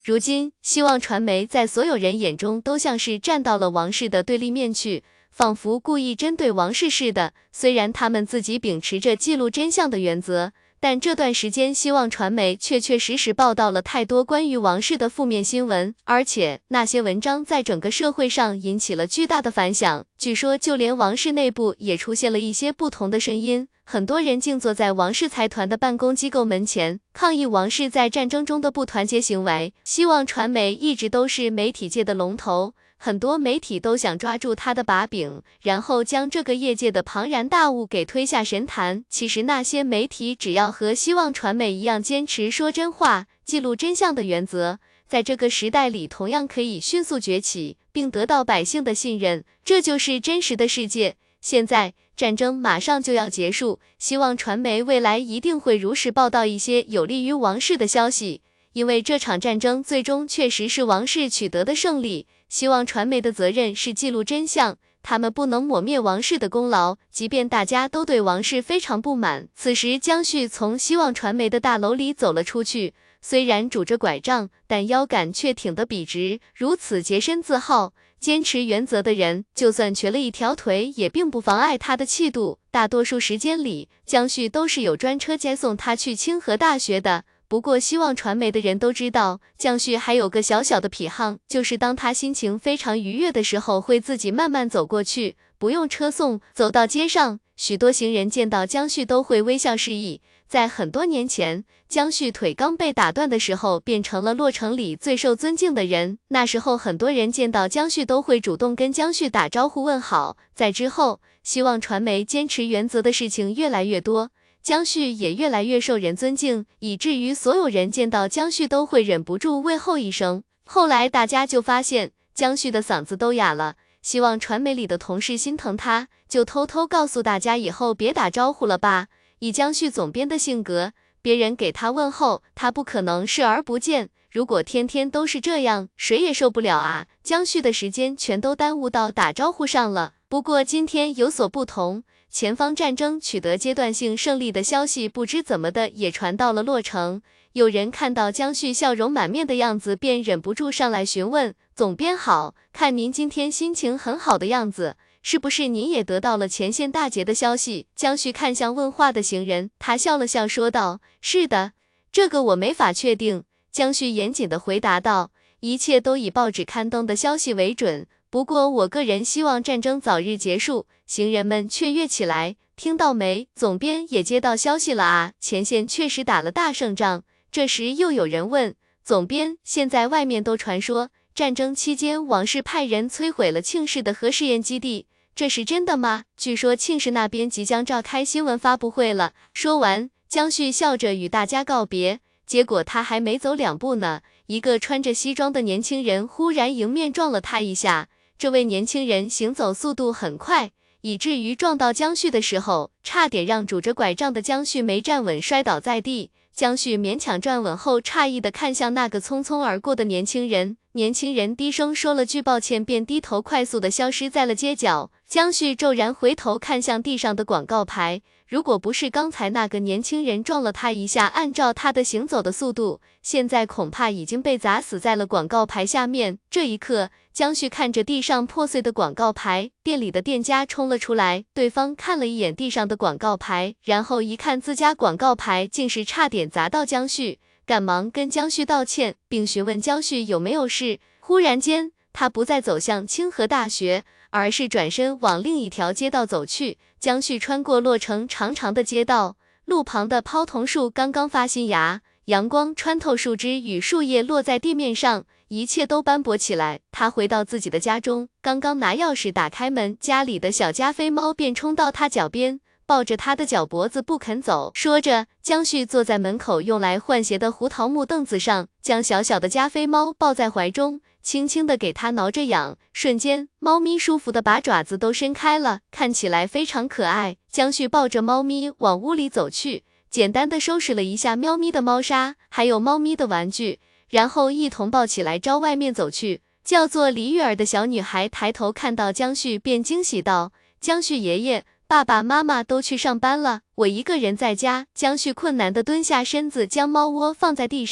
如今，希望传媒在所有人眼中都像是站到了王室的对立面去，仿佛故意针对王室似的。虽然他们自己秉持着记录真相的原则，但这段时间希望传媒确确实实报道了太多关于王室的负面新闻，而且那些文章在整个社会上引起了巨大的反响。据说就连王室内部也出现了一些不同的声音，很多人静坐在王室财团的办公机构门前，抗议王室在战争中的不团结行为。希望传媒一直都是媒体界的龙头，很多媒体都想抓住它的把柄，然后将这个业界的庞然大物给推下神坛。其实那些媒体只要和希望传媒一样坚持说真话、记录真相的原则，在这个时代里同样可以迅速崛起，并得到百姓的信任。这就是真实的世界。现在战争马上就要结束，希望传媒未来一定会如实报道一些有利于王室的消息，因为这场战争最终确实是王室取得的胜利。希望传媒的责任是记录真相，他们不能抹灭王室的功劳，即便大家都对王室非常不满。此时江旭从希望传媒的大楼里走了出去，虽然拄着拐杖，但腰杆却挺得笔直，如此洁身自好、坚持原则的人，就算瘸了一条腿，也并不妨碍他的气度。大多数时间里，江旭都是有专车接送他去清河大学的。不过希望传媒的人都知道，江旭还有个小小的癖好，就是当他心情非常愉悦的时候，会自己慢慢走过去，不用车送。走到街上，许多行人见到江旭都会微笑示意。在很多年前，江旭腿刚被打断的时候，变成了洛城里最受尊敬的人。那时候很多人见到江旭都会主动跟江旭打招呼问好。在之后，希望传媒坚持原则的事情越来越多，江旭也越来越受人尊敬，以至于所有人见到江旭都会忍不住问候一声。后来大家就发现江旭的嗓子都哑了，希望传媒里的同事心疼他，就偷偷告诉大家以后别打招呼了吧。以江旭总编的性格，别人给他问候，他不可能视而不见。如果天天都是这样，谁也受不了啊。江旭的时间全都耽误到打招呼上了。不过今天有所不同，前方战争取得阶段性胜利的消息不知怎么的也传到了洛城。有人看到江旭笑容满面的样子，便忍不住上来询问：总编好，看您今天心情很好的样子，是不是您也得到了前线大捷的消息？江旭看向问话的行人，他笑了笑说道：是的，这个我没法确定。江旭严谨地回答道：一切都以报纸刊登的消息为准，不过我个人希望战争早日结束。行人们雀跃起来，听到没？总编也接到消息了啊，前线确实打了大胜仗。这时又有人问，总编，现在外面都传说战争期间王室派人摧毁了庆氏的核试验基地，这是真的吗？据说庆氏那边即将召开新闻发布会了。说完，江旭笑着与大家告别，结果他还没走两步呢，一个穿着西装的年轻人忽然迎面撞了他一下。这位年轻人行走速度很快，以至于撞到江旭的时候，差点让拄着拐杖的江旭没站稳摔倒在地。江旭勉强站稳后，诧异地看向那个匆匆而过的年轻人。年轻人低声说了句抱歉，便低头快速地消失在了街角。江旭骤然回头看向地上的广告牌，如果不是刚才那个年轻人撞了他一下，按照他的行走的速度，现在恐怕已经被砸死在了广告牌下面。这一刻，江旭看着地上破碎的广告牌，店里的店家冲了出来，对方看了一眼地上的广告牌，然后一看自家广告牌竟是差点砸到江旭，赶忙跟江旭道歉，并询问江旭有没有事。忽然间，他不再走向清河大学，而是转身往另一条街道走去。江旭穿过洛城长长的街道，路旁的泡桐树刚刚发新芽，阳光穿透树枝与树叶落在地面上，一切都斑驳起来。他回到自己的家中，刚刚拿钥匙打开门，家里的小加菲猫便冲到他脚边，抱着他的脚脖子不肯走。说着，江旭坐在门口用来换鞋的胡桃木凳子上，将小小的加菲猫抱在怀中，轻轻地给它挠着痒。瞬间，猫咪舒服地把爪子都伸开了，看起来非常可爱。江旭抱着猫咪往屋里走去，简单的收拾了一下喵咪的猫砂，还有猫咪的玩具，然后一同抱起来朝外面走去。叫做李玉儿的小女孩抬头看到江旭，便惊喜道：江旭爷爷，爸爸妈妈都去上班了，我一个人在家。江旭困难地蹲下身子，将猫窝放在地上，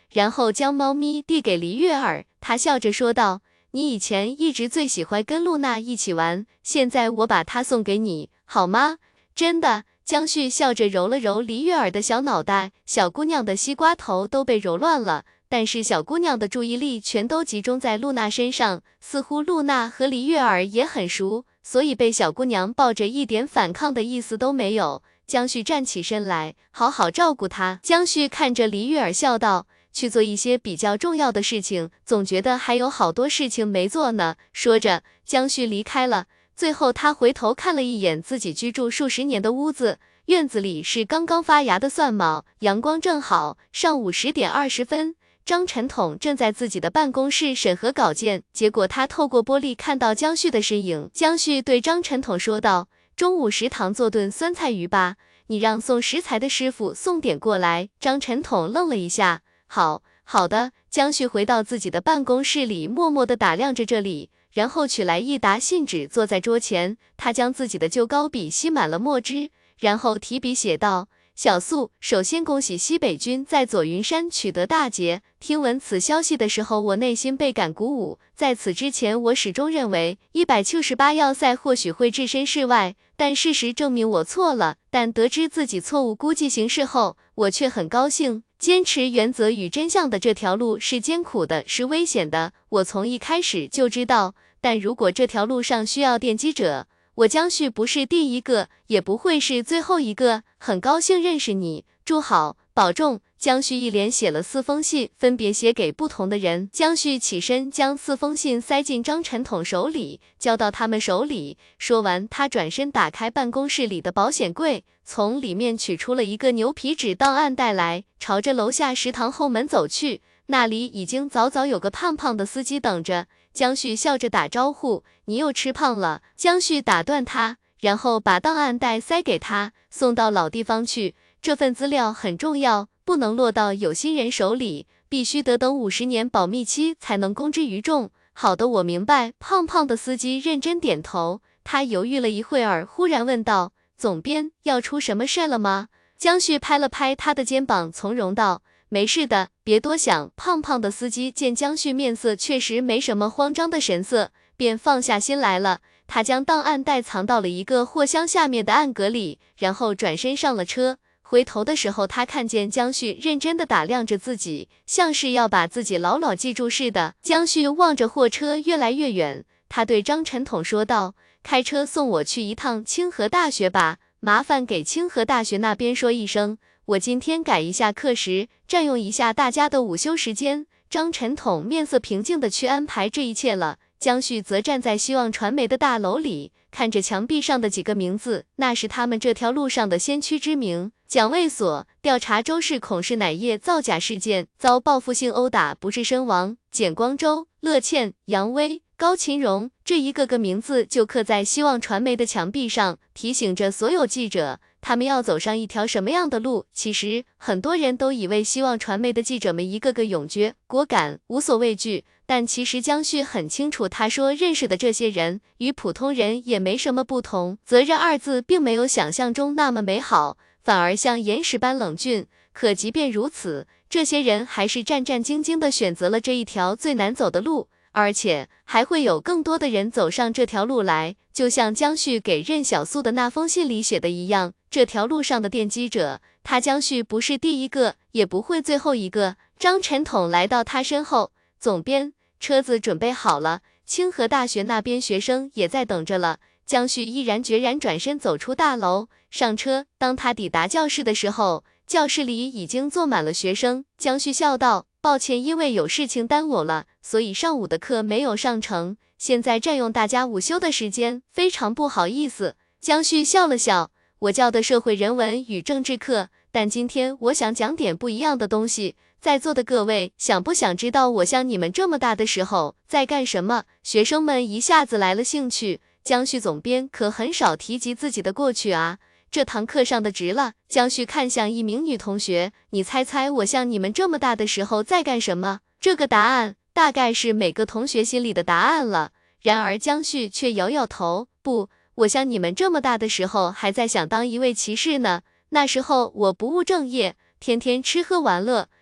然后将猫咪递给黎月儿，他笑着说道，你以前一直最喜欢跟露娜一起玩，现在我把它送给你，好吗？真的。江旭笑着揉了揉黎月儿的小脑袋，小姑娘的西瓜头都被揉乱了，但是小姑娘的注意力全都集中在露娜身上，似乎露娜和黎月儿也很熟，所以被小姑娘抱着一点反抗的意思都没有。江旭站起身来，好好照顾她。江旭看着黎月儿笑道，去做一些比较重要的事情，总觉得还有好多事情没做呢。说着，江旭离开了。最后他回头看了一眼自己居住数十年的屋子，院子里是刚刚发芽的蒜卯，阳光正好，上午10点20分。张晨统正在自己的办公室审核稿件，结果他透过玻璃看到江旭的身影。江旭对张晨统说道，中午食堂做顿酸菜鱼吧，你让送食材的师傅送点过来。张晨统愣了一下，好的。江旭回到自己的办公室里，默默地打量着这里，然后取来一沓信纸坐在桌前，他将自己的旧膏笔吸满了墨汁，然后提笔写道，小素，首先恭喜西北军在左云山取得大捷，听闻此消息的时候，我内心倍感鼓舞。在此之前，我始终认为178要塞或许会置身事外，但事实证明我错了。但得知自己错误估计形势后，我却很高兴。坚持原则与真相的这条路是艰苦的，是危险的，我从一开始就知道。但如果这条路上需要奠基者，我江旭不是第一个，也不会是最后一个。很高兴认识你，祝好，保重。江旭一连写了4封信，分别写给不同的人。江旭起身将4封信塞进张晨统手里，交到他们手里。说完，他转身打开办公室里的保险柜，从里面取出了一个牛皮纸档案袋来，朝着楼下食堂后门走去。那里已经早有个胖胖的司机等着。江旭笑着打招呼，你又吃胖了。江旭打断他，然后把档案袋塞给他，送到老地方去。这份资料很重要，不能落到有心人手里，必须得等50年保密期才能公之于众。好的，我明白。胖胖的司机认真点头，他犹豫了一会儿，忽然问道，总编，要出什么事了吗？江旭拍了拍他的肩膀，从容道，没事的，别多想。胖胖的司机见江旭面色确实没什么慌张的神色，便放下心来了。他将档案袋藏到了一个货箱下面的暗格里，然后转身上了车。回头的时候，他看见江旭认真地打量着自己，像是要把自己牢牢记住似的。江旭望着货车越来越远，他对张晨统说道，开车送我去一趟清河大学吧，麻烦给清河大学那边说一声，我今天改一下课时，占用一下大家的午休时间。张晨统面色平静地去安排这一切了。江旭则站在希望传媒的大楼里，看着墙壁上的几个名字，那是他们这条路上的先驱之名。蒋卫所调查周氏孔氏奶业造假事件，遭报复性殴打不治身亡。简光洲、乐倩、杨威、高琴荣，这一个个名字就刻在希望传媒的墙壁上，提醒着所有记者，他们要走上一条什么样的路。其实很多人都以为希望传媒的记者们一个个勇决、果敢、无所畏惧，但其实江旭很清楚，他说认识的这些人与普通人也没什么不同。责任二字并没有想象中那么美好，反而像岩石般冷峻。可即便如此，这些人还是战战兢兢地选择了这一条最难走的路，而且还会有更多的人走上这条路来。就像江旭给任小素的那封信里写的一样，这条路上的奠基者，他江旭不是第一个，也不会最后一个。张晨统来到他身后，总编，车子准备好了，清河大学那边学生也在等着了。江旭毅然决然转身走出大楼，上车。当他抵达教室的时候，教室里已经坐满了学生。江旭笑道，抱歉，因为有事情耽误了，所以上午的课没有上成，现在占用大家午休的时间，非常不好意思。江旭笑了笑，我教的社会人文与政治课，但今天我想讲点不一样的东西。在座的各位，想不想知道我像你们这么大的时候在干什么？学生们一下子来了兴趣。江旭总编可很少提及自己的过去啊，这堂课上的值了。江旭看向一名女同学，你猜猜我像你们这么大的时候在干什么？这个答案大概是每个同学心里的答案了。然而江旭却摇摇头，不，我像你们这么大的时候还在想当一位骑士呢。那时候我不务正业，天天吃喝玩乐，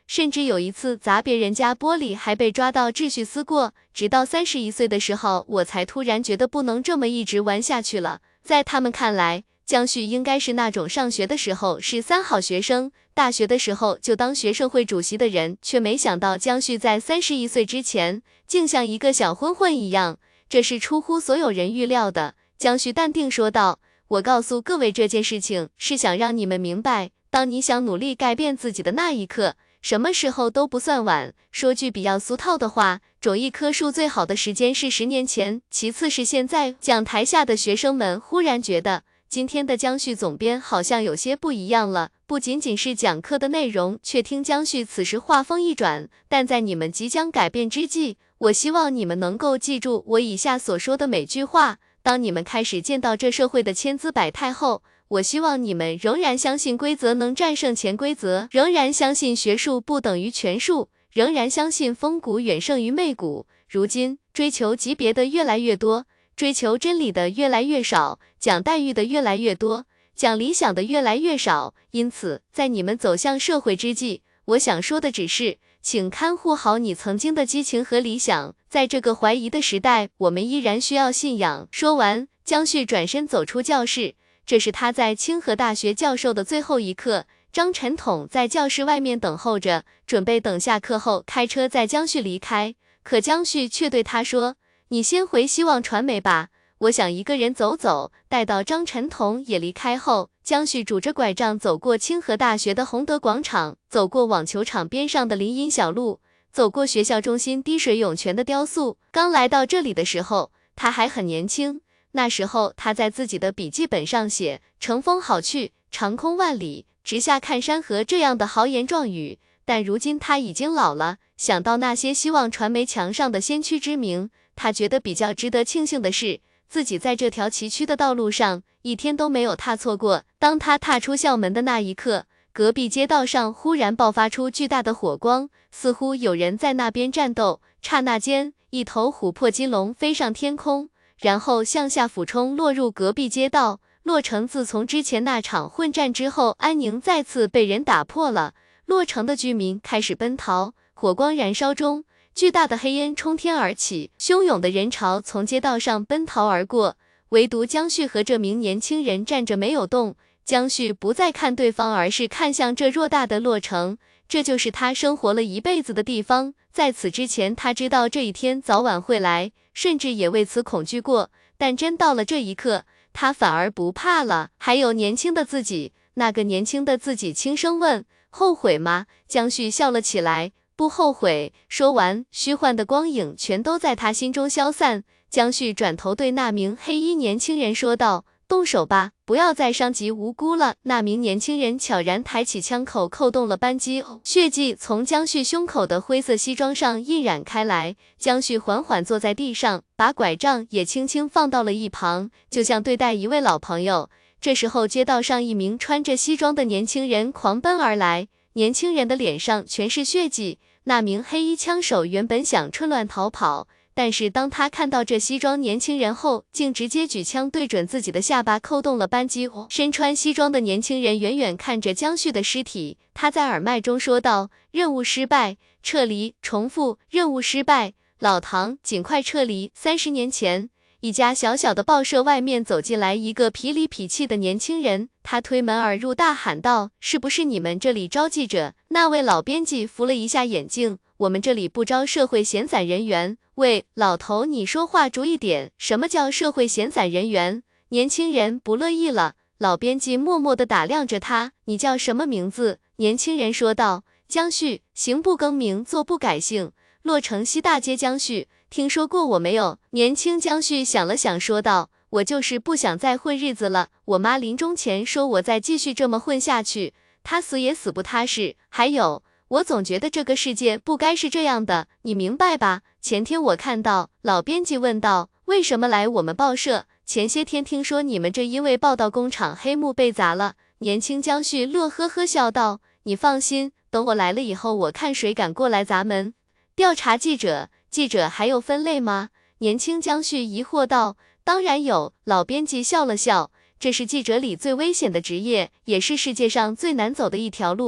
甚至有一次砸别人家玻璃还被抓到秩序司过，直到31岁的时候，我才突然觉得不能这么一直玩下去了。在他们看来，江旭应该是那种上学的时候是3好学生，大学的时候就当学生会主席的人，却没想到江旭在31岁之前，竟像一个小混混一样，这是出乎所有人预料的。江旭淡定说道，我告诉各位这件事情，是想让你们明白，当你想努力改变自己的那一刻，什么时候都不算晚。说句比较俗套的话，种一棵树最好的时间是10年前，其次是现在。讲台下的学生们忽然觉得，今天的江旭总编好像有些不一样了，不仅仅是讲课的内容，却听江旭此时话锋一转，但在你们即将改变之际，我希望你们能够记住我以下所说的每句话。当你们开始见到这社会的千姿百态后，我希望你们仍然相信规则能战胜潜规则，仍然相信学术不等于权术，仍然相信风骨远胜于媚骨。如今，追求级别的越来越多，追求真理的越来越少，讲待遇的越来越多，讲理想的越来越少。因此，在你们走向社会之际，我想说的只是，请看护好你曾经的激情和理想。在这个怀疑的时代，我们依然需要信仰。说完，江旭转身走出教室。这是他在清河大学教授的最后一课。张晨统在教室外面等候着，准备等下课后开车载江旭离开。可江旭却对他说，你先回希望传媒吧，我想一个人走走。待到张晨统也离开后，江旭拄着拐杖走过清河大学的洪德广场，走过网球场边上的林荫小路，走过学校中心滴水涌泉的雕塑。刚来到这里的时候，他还很年轻，那时候他在自己的笔记本上写乘风好去，长空万里，直下看山河这样的豪言壮语。但如今他已经老了，想到那些希望传媒墙上的先驱之名，他觉得比较值得庆幸的是，自己在这条崎岖的道路上一天都没有踏错过。当他踏出校门的那一刻，隔壁街道上忽然爆发出巨大的火光，似乎有人在那边战斗。刹那间，一头琥珀金龙飞上天空，然后向下俯冲，落入隔壁街道。洛城自从之前那场混战之后，安宁再次被人打破了。洛城的居民开始奔逃，火光燃烧中，巨大的黑烟冲天而起，汹涌的人潮从街道上奔逃而过，唯独江旭和这名年轻人站着没有动。江旭不再看对方，而是看向这偌大的洛城，这就是他生活了一辈子的地方。在此之前，他知道这一天早晚会来，甚至也为此恐惧过，但真到了这一刻，他反而不怕了。还有年轻的自己，那个年轻的自己轻声问，后悔吗？江旭笑了起来，不后悔。说完，虚幻的光影全都在他心中消散。江旭转头对那名黑衣年轻人说道，动手吧，不要再伤及无辜了。那名年轻人悄然抬起枪口，扣动了扳机，血迹从江旭胸口的灰色西装上印染开来。江旭缓缓坐在地上，把拐杖也轻轻放到了一旁，就像对待一位老朋友。这时候，街道上一名穿着西装的年轻人狂奔而来，年轻人的脸上全是血迹。那名黑衣枪手原本想趁乱逃跑，但是当他看到这西装年轻人后，竟直接举枪对准自己的下巴，扣动了扳机。身穿西装的年轻人远远看着江旭的尸体，他在耳麦中说道，任务失败，撤离。重复，任务失败，老唐，尽快撤离。30年前，一家小小的报社外面走进来一个痞里痞气的年轻人，他推门而入，大喊道，是不是你们这里招记者？那位老编辑扶了一下眼镜，我们这里不招社会闲散人员。喂，老头，你说话注意点，什么叫社会闲散人员？年轻人不乐意了，老编辑默默地打量着他，你叫什么名字？年轻人说道，江旭，行不更名，坐不改姓，洛城西大街江旭，听说过我没有？年轻江旭想了想说道，我就是不想再混日子了，我妈临终前说我再继续这么混下去，她死也死不踏实。还有，我总觉得这个世界不该是这样的，你明白吧？前天我看到，老编辑问道，为什么来我们报社？前些天听说你们这因为报道工厂黑幕被砸了。年轻江旭乐呵呵笑道，你放心，等我来了以后，我看谁敢过来砸门。调查记者，记者还有分类吗？年轻江旭疑惑道，当然有。老编辑笑了笑，这是记者里最危险的职业，也是世界上最难走的一条路。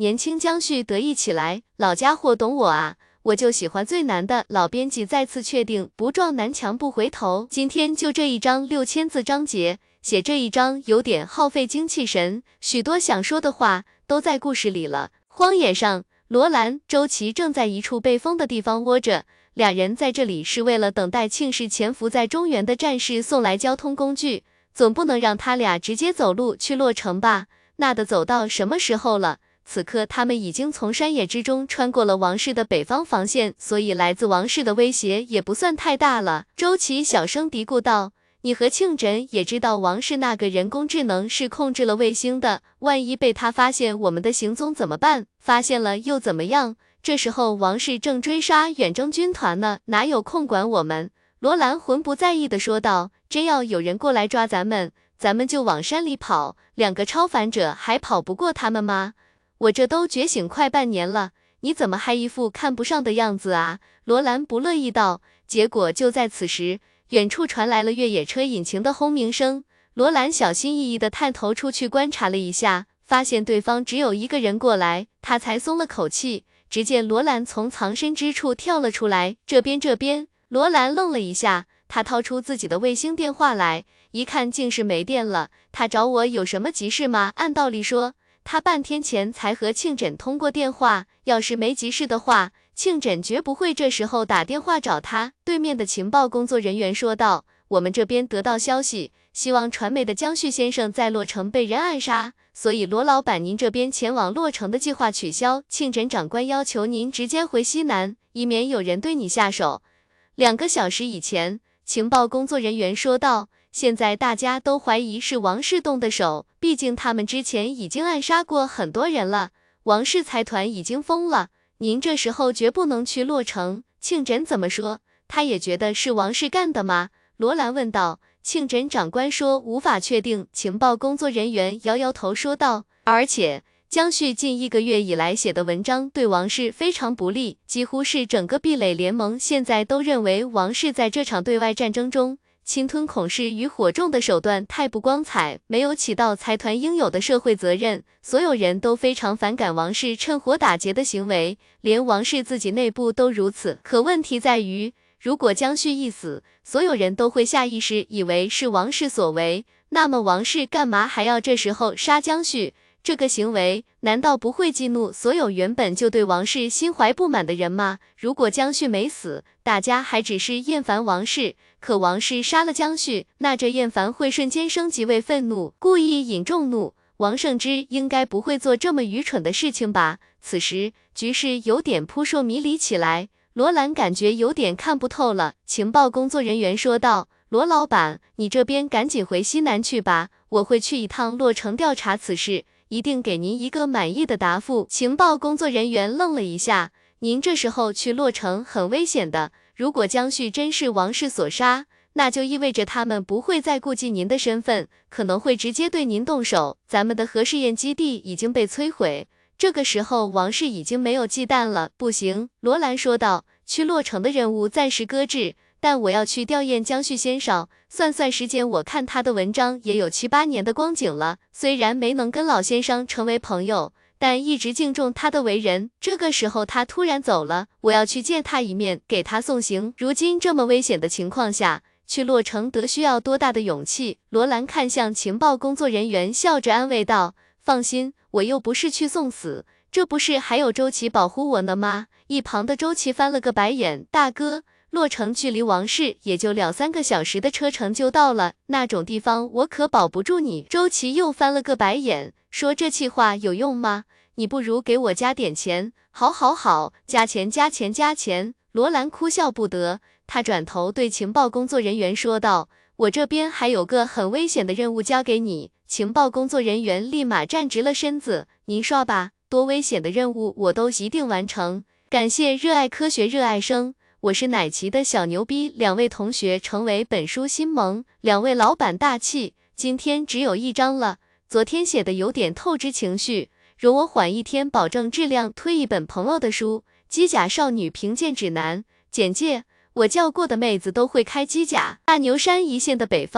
年轻江旭得意起来，老家伙懂我啊，我就喜欢最难的。老编辑再次确定，不撞南墙不回头。今天就这一章6000字章节，写这一章有点耗费精气神，许多想说的话都在故事里了。荒野上，罗兰、周琦正在一处被封的地方窝着，俩人在这里是为了等待庆氏潜伏在中原的战士送来交通工具，总不能让他俩直接走路去洛城吧？那得走到什么时候了？此刻他们已经从山野之中穿过了王室的北方防线，所以来自王室的威胁也不算太大了。周琦小声嘀咕道，你和庆枕也知道王室那个人工智能是控制了卫星的，万一被他发现我们的行踪怎么办？发现了又怎么样？这时候王室正追杀远征军团呢，哪有空管我们？罗兰浑不在意地说道，真要有人过来抓咱们就往山里跑，两个超凡者还跑不过他们吗？我这都觉醒快半年了，你怎么还一副看不上的样子啊？罗兰不乐意道。结果就在此时，远处传来了越野车引擎的轰鸣声，罗兰小心翼翼地探头出去观察了一下，发现对方只有一个人过来，他才松了口气。只见罗兰从藏身之处跳了出来，这边，罗兰愣了一下，他掏出自己的卫星电话来，一看竟是没电了。他找我有什么急事吗？按道理说，他半天前才和庆枕通过电话，要是没急事的话，庆枕绝不会这时候打电话找他。对面的情报工作人员说道，我们这边得到消息，希望传媒的江旭先生在洛城被人暗杀，所以罗老板您这边前往洛城的计划取消，庆枕长官要求您直接回西南，以免有人对你下手。2个小时以前，情报工作人员说道，现在大家都怀疑是王氏动的手，毕竟他们之前已经暗杀过很多人了，王氏财团已经疯了，您这时候绝不能去洛城。庆枕怎么说？他也觉得是王氏干的吗？罗兰问道。庆枕长官说无法确定，情报工作人员摇摇头说道，而且江旭近1个月以来写的文章对王氏非常不利，几乎是整个壁垒联盟现在都认为王氏在这场对外战争中侵吞孔氏与火种的手段太不光彩，没有起到财团应有的社会责任，所有人都非常反感王氏趁火打劫的行为，连王氏自己内部都如此。可问题在于，如果江旭一死，所有人都会下意识以为是王氏所为，那么王氏干嘛还要这时候杀江旭？这个行为难道不会激怒所有原本就对王氏心怀不满的人吗？如果江旭没死，大家还只是厌烦王氏，可王氏杀了江旭，那这厌烦会瞬间升级为愤怒，故意引众怒。王胜之应该不会做这么愚蠢的事情吧？此时局势有点扑朔迷离起来，罗兰感觉有点看不透了。情报工作人员说道，罗老板，你这边赶紧回西南去吧，我会去一趟洛城调查此事，一定给您一个满意的答复。情报工作人员愣了一下，您这时候去洛城很危险的，如果江旭真是王氏所杀，那就意味着他们不会再顾忌您的身份，可能会直接对您动手。咱们的核试验基地已经被摧毁，这个时候王氏已经没有忌惮了。不行，罗兰说道，去洛城的任务暂时搁置，但我要去吊唁江旭先生，算时间，我看他的文章也有7、8年的光景了，虽然没能跟老先生成为朋友，但一直敬重他的为人。这个时候他突然走了，我要去见他一面，给他送行。如今这么危险的情况下，去洛城得需要多大的勇气？罗兰看向情报工作人员，笑着安慰道，放心，我又不是去送死，这不是还有周琦保护我呢吗？一旁的周琦翻了个白眼，大哥，洛城距离王氏也就2、3个小时的车程就到了，那种地方我可保不住你。周琦又翻了个白眼，说这气话有用吗？你不如给我加点钱。好，加钱。罗兰哭笑不得，他转头对情报工作人员说道，我这边还有个很危险的任务交给你。情报工作人员立马站直了身子，您说吧，多危险的任务我都一定完成。感谢热爱科学热爱生，我是奶奇的小牛逼，2位同学成为本书新萌，2位老板大气。今天只有1章了，昨天写的有点透支情绪，容我缓一天，保证质量推一本朋友的书。机甲少女评鉴指南简介，我叫过的妹子都会开机甲。大牛山一线的北方，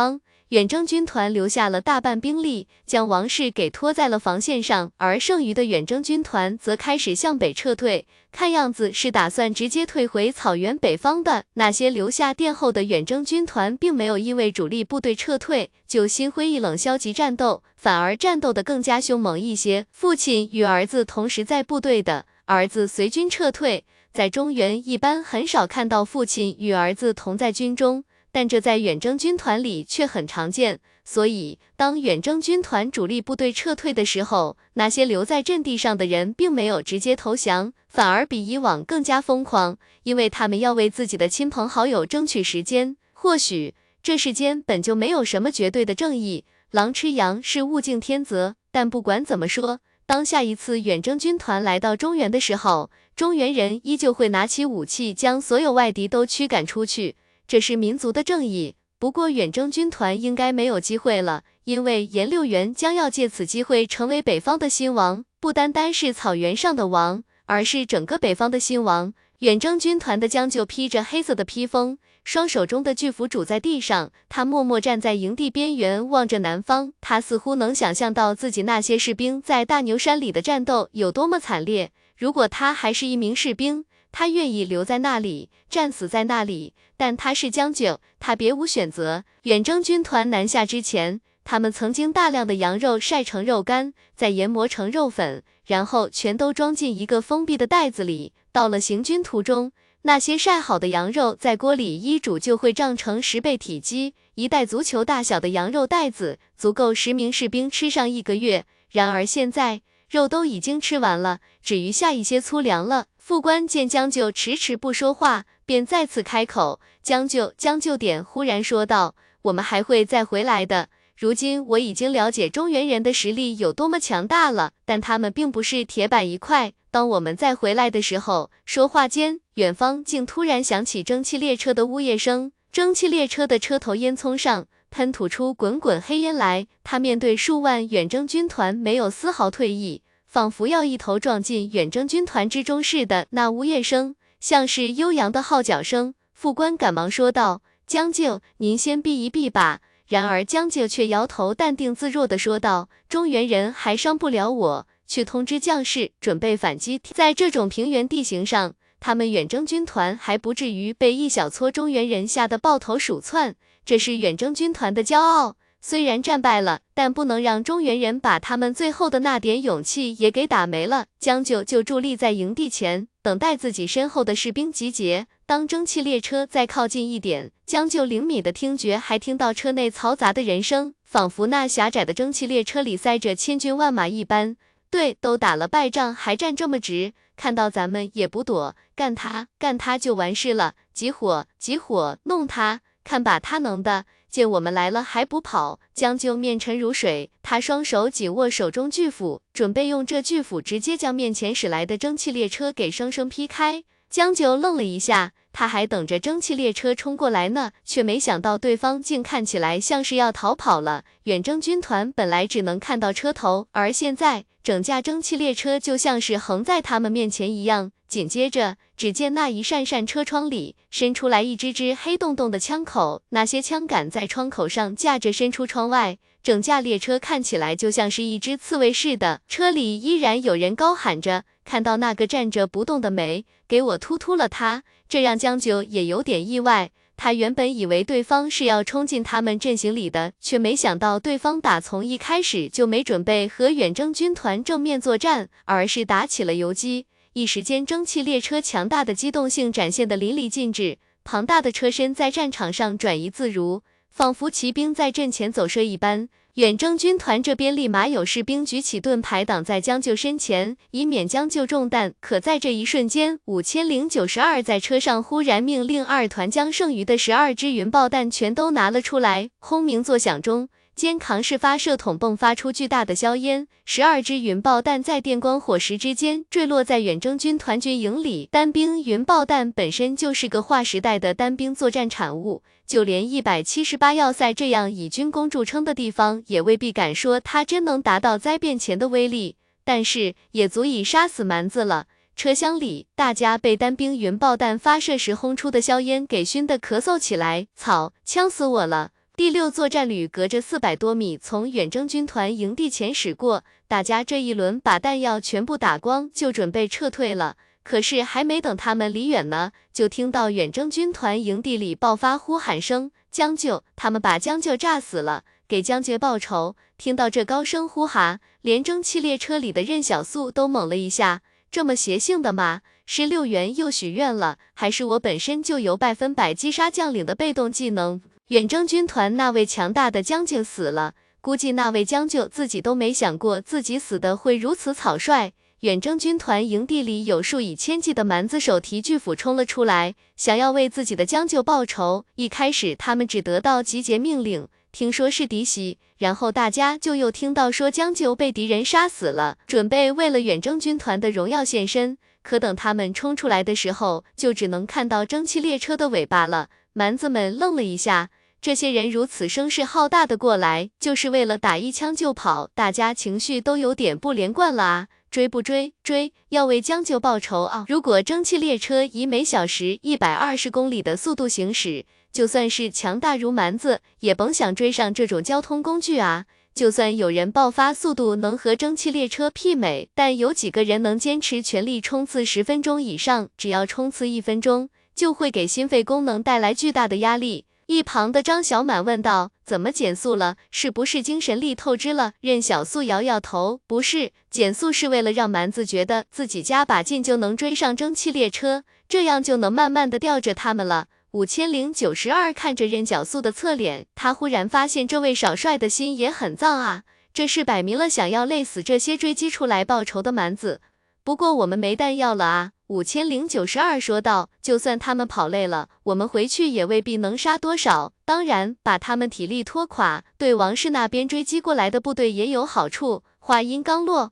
远征军团留下了大半兵力，将王氏给拖在了防线上，而剩余的远征军团则开始向北撤退，看样子是打算直接退回草原北方的。那些留下殿后的远征军团并没有因为主力部队撤退就心灰意冷消极战斗，反而战斗得更加凶猛一些。父亲与儿子同时在部队的，儿子随军撤退，在中原一般很少看到父亲与儿子同在军中，但这在远征军团里却很常见。所以当远征军团主力部队撤退的时候，那些留在阵地上的人并没有直接投降，反而比以往更加疯狂，因为他们要为自己的亲朋好友争取时间。或许这世间本就没有什么绝对的正义，狼吃羊是物竞天择，但不管怎么说，当下一次远征军团来到中原的时候，中原人依旧会拿起武器将所有外敌都驱赶出去，这是民族的正义。不过远征军团应该没有机会了，因为颜六原将要借此机会成为北方的新王，不单单是草原上的王，而是整个北方的新王。远征军团的将就披着黑色的披风，双手中的巨斧拄在地上，他默默站在营地边缘望着南方，他似乎能想象到自己那些士兵在大牛山里的战斗有多么惨烈。如果他还是一名士兵，他愿意留在那里，战死在那里，但他是将就，他别无选择。远征军团南下之前，他们曾经大量的羊肉晒成肉干，再研磨成肉粉，然后全都装进一个封闭的袋子里。到了行军途中，那些晒好的羊肉在锅里一煮就会胀成10倍体积，一袋足球大小的羊肉袋子足够10名士兵吃上1个月。然而现在，肉都已经吃完了，只余下一些粗粮了。副官见将就迟迟不说话，便再次开口。将就点忽然说道：“我们还会再回来的。如今我已经了解中原人的实力有多么强大了，但他们并不是铁板一块。当我们再回来的时候。”说话间，远方竟突然响起蒸汽列车的呜咽声，蒸汽列车的车头烟囱上喷吐出滚滚黑烟来。他面对数万远征军团没有丝毫退意，仿佛要一头撞进远征军团之中似的。那呜咽声像是悠扬的号角声。副官赶忙说道：“将就，您先避一避吧。”然而将就却摇头，淡定自若地说道：“中原人还伤不了我，去通知将士准备反击。”在这种平原地形上，他们远征军团还不至于被一小撮中原人吓得抱头鼠窜，这是远征军团的骄傲。虽然战败了，但不能让中原人把他们最后的那点勇气也给打没了。将就伫立在营地前，等待自己身后的士兵集结。当蒸汽列车再靠近一点，将就灵敏的听觉还听到车内嘈杂的人声，仿佛那狭窄的蒸汽列车里塞着千军万马一般。对，都打了败仗还站这么直，看到咱们也不躲，干他就完事了。急火，弄他，看把他能的。见我们来了还不跑。将就面沉如水，他双手紧握手中巨斧，准备用这巨斧直接将面前驶来的蒸汽列车给生生劈开。将就愣了一下，他还等着蒸汽列车冲过来呢，却没想到对方竟看起来像是要逃跑了。远征军团本来只能看到车头，而现在整架蒸汽列车就像是横在他们面前一样。紧接着，只见那一扇扇车窗里伸出来一只只黑洞洞的枪口，那些枪杆在窗口上架着伸出窗外，整架列车看起来就像是一只刺猬似的。车里依然有人高喊着：“看到那个站着不动的没？给我突了他！”这让将就也有点意外。他原本以为对方是要冲进他们阵型里的，却没想到对方打从一开始就没准备和远征军团正面作战，而是打起了游击。一时间，蒸汽列车强大的机动性展现得淋漓尽致，庞大的车身在战场上转移自如，仿佛骑兵在阵前走射一般。远征军团这边立马有士兵举起盾牌挡在将就身前，以免将就中弹。可在这一瞬间，5092在车上忽然命令二团将剩余的12支云爆弹全都拿了出来。轰鸣作响中，肩扛式发射筒迸发出巨大的硝烟，12支云爆弹在电光火石之间坠落在远征军团军营里。单兵云爆弹本身就是个划时代的单兵作战产物，就连178要塞这样以军功著称的地方，也未必敢说它真能达到灾变前的威力，但是也足以杀死蛮子了。车厢里，大家被单兵云爆弹发射时轰出的硝烟给熏得咳嗽起来。操，呛死我了！ 第6作战旅隔着400多米从远征军团营地前驶过，大家这一轮把弹药全部打光，就准备撤退了。可是还没等他们离远呢，就听到远征军团营地里爆发呼喊声：将就！他们把将就炸死了，给将就报仇！听到这高声呼喊，连蒸汽列车里的任小素都懵了一下。这么邪性的吗？16元又许愿了，还是我本身就有100%击杀将领的被动技能？远征军团那位强大的将军死了，估计那位将军自己都没想过自己死的会如此草率。远征军团营地里有数以千计的蛮子手提巨斧冲了出来，想要为自己的将就报仇。一开始他们只得到集结命令，听说是敌袭，然后大家就又听到说将就被敌人杀死了，准备为了远征军团的荣耀献身。可等他们冲出来的时候，就只能看到蒸汽列车的尾巴了。蛮子们愣了一下，这些人如此声势浩大的过来，就是为了打一枪就跑，大家情绪都有点不连贯了啊！追不追？追！要为将就报仇啊！如果蒸汽列车以每小时120公里的速度行驶，就算是强大如蛮子，也甭想追上这种交通工具啊！就算有人爆发速度能和蒸汽列车媲美，但有几个人能坚持全力冲刺10分钟以上？只要冲刺1分钟，就会给心肺功能带来巨大的压力。一旁的张小满问道：怎么减速了？是不是精神力透支了？任小素摇摇头，不是，减速是为了让蛮子觉得自己加把劲就能追上蒸汽列车，这样就能慢慢的吊着他们了。5092看着任小素的侧脸，他忽然发现这位少帅的心也很脏啊，这是摆明了想要累死这些追击出来报仇的蛮子。不过我们没弹药了啊，5092说道，就算他们跑累了，我们回去也未必能杀多少，当然把他们体力拖垮，对王氏那边追击过来的部队也有好处。话音刚落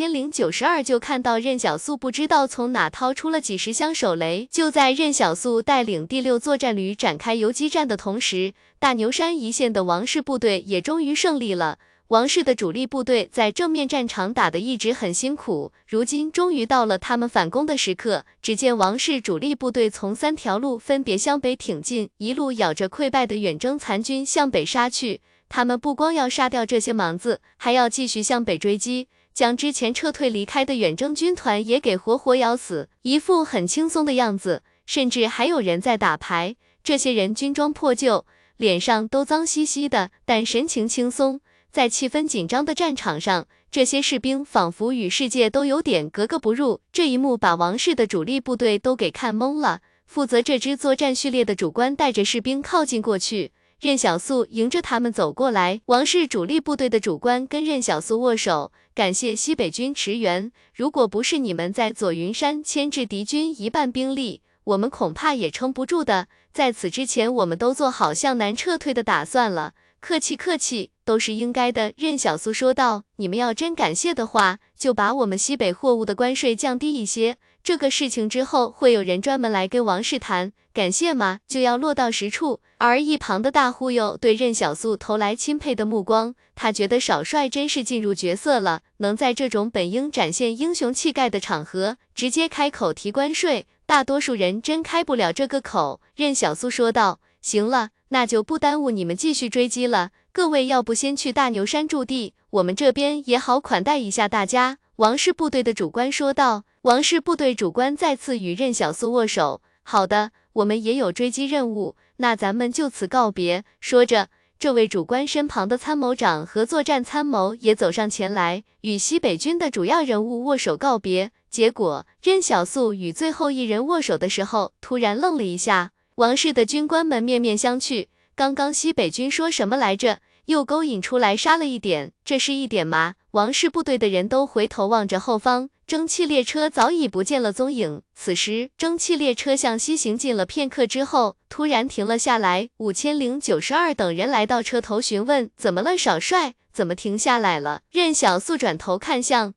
，5092就看到任小素不知道从哪掏出了几十箱手雷。就在任小素带领第6作战旅展开游击战的同时，大牛山一线的王氏部队也终于胜利了。王氏的主力部队在正面战场打得一直很辛苦，如今终于到了他们反攻的时刻。只见王氏主力部队从3条路分别向北挺进，一路咬着溃败的远征残军向北杀去。他们不光要杀掉这些蛮子，还要继续向北追击，将之前撤退离开的远征军团也给活活咬死，一副很轻松的样子。甚至还有人在打牌，这些人军装破旧，脸上都脏兮兮的，但神情轻松。在气氛紧张的战场上，这些士兵仿佛与世界都有点格格不入。这一幕把王氏的主力部队都给看懵了。负责这支作战序列的主官带着士兵靠近过去，任小素迎着他们走过来。王氏主力部队的主官跟任小素握手，感谢西北军驰援，如果不是你们在左云山牵制敌军一半兵力，我们恐怕也撑不住的。在此之前，我们都做好向南撤退的打算了。客气客气，都是应该的。任小素说道，你们要真感谢的话，就把我们西北货物的关税降低一些。这个事情之后会有人专门来跟王氏谈，感谢嘛，就要落到实处。而一旁的大忽悠对任小素投来钦佩的目光，他觉得少帅真是进入角色了，能在这种本应展现英雄气概的场合，直接开口提关税，大多数人真开不了这个口。任小素说道，行了，那就不耽误你们继续追击了，各位要不先去大牛山驻地，我们这边也好款待一下大家。王氏部队的主官说道。王氏部队主官再次与任小素握手，好的，我们也有追击任务，那咱们就此告别。说着，这位主官身旁的参谋长和作战参谋也走上前来，与西北军的主要人物握手告别。结果，任小素与最后一人握手的时候，突然愣了一下。王氏的军官们面面相觑，刚刚西北军说什么来着？又勾引出来杀了一点，这是一点吗？王氏部队的人都回头望着后方，蒸汽列车早已不见了踪影。此时，蒸汽列车向西行进了片刻之后，突然停了下来。5092等人来到车头询问，怎么了，少帅？怎么停下来了？任小素转头看向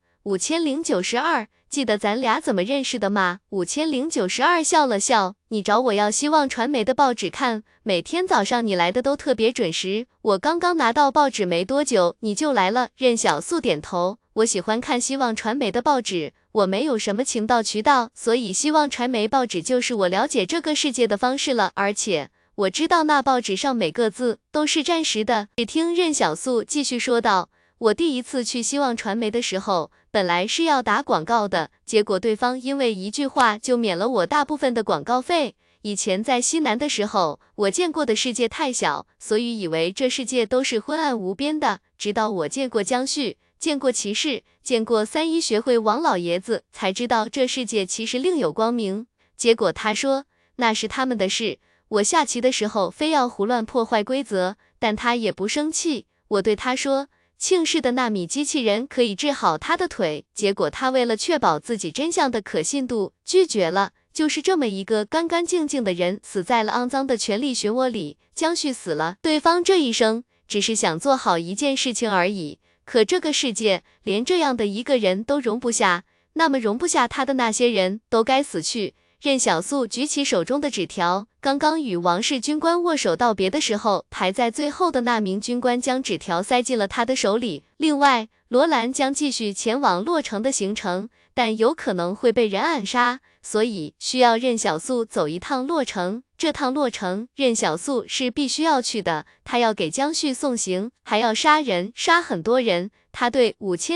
5092，记得咱俩怎么认识的吗？5092笑了笑，你找我要希望传媒的报纸看，每天早上你来的都特别准时，我刚刚拿到报纸没多久，你就来了。任小素点头，我喜欢看希望传媒的报纸，我没有什么情报渠道，所以希望传媒报纸就是我了解这个世界的方式了，而且我知道那报纸上每个字都是暂时的。只听任小素继续说道，我第一次去希望传媒的时候，本来是要打广告的，结果对方因为一句话就免了我大部分的广告费。以前在西南的时候，我见过的世界太小，所以以为这世界都是昏暗无边的，直到我见过江旭，见过骑士，见过三一学会王老爷子，才知道这世界其实另有光明。结果他说，那是他们的事，我下棋的时候非要胡乱破坏规则，但他也不生气。我对他说，庆氏的纳米机器人可以治好他的腿，结果他为了确保自己真相的可信度，拒绝了。就是这么一个干干净净的人，死在了肮脏的权力漩涡里。江旭死了，对方这一生只是想做好一件事情而已。可这个世界连这样的一个人都容不下，那么容不下他的那些人都该死去。任小素举起手中的纸条，刚刚与王氏军官握手道别的时候，排在最后的那名军官将纸条塞进了他的手里。另外，罗兰将继续前往洛城的行程，但有可能会被人暗杀，所以需要任小素走一趟洛城。这趟洛城，任小素是必须要去的，他要给江旭送行，还要杀人，杀很多人。他对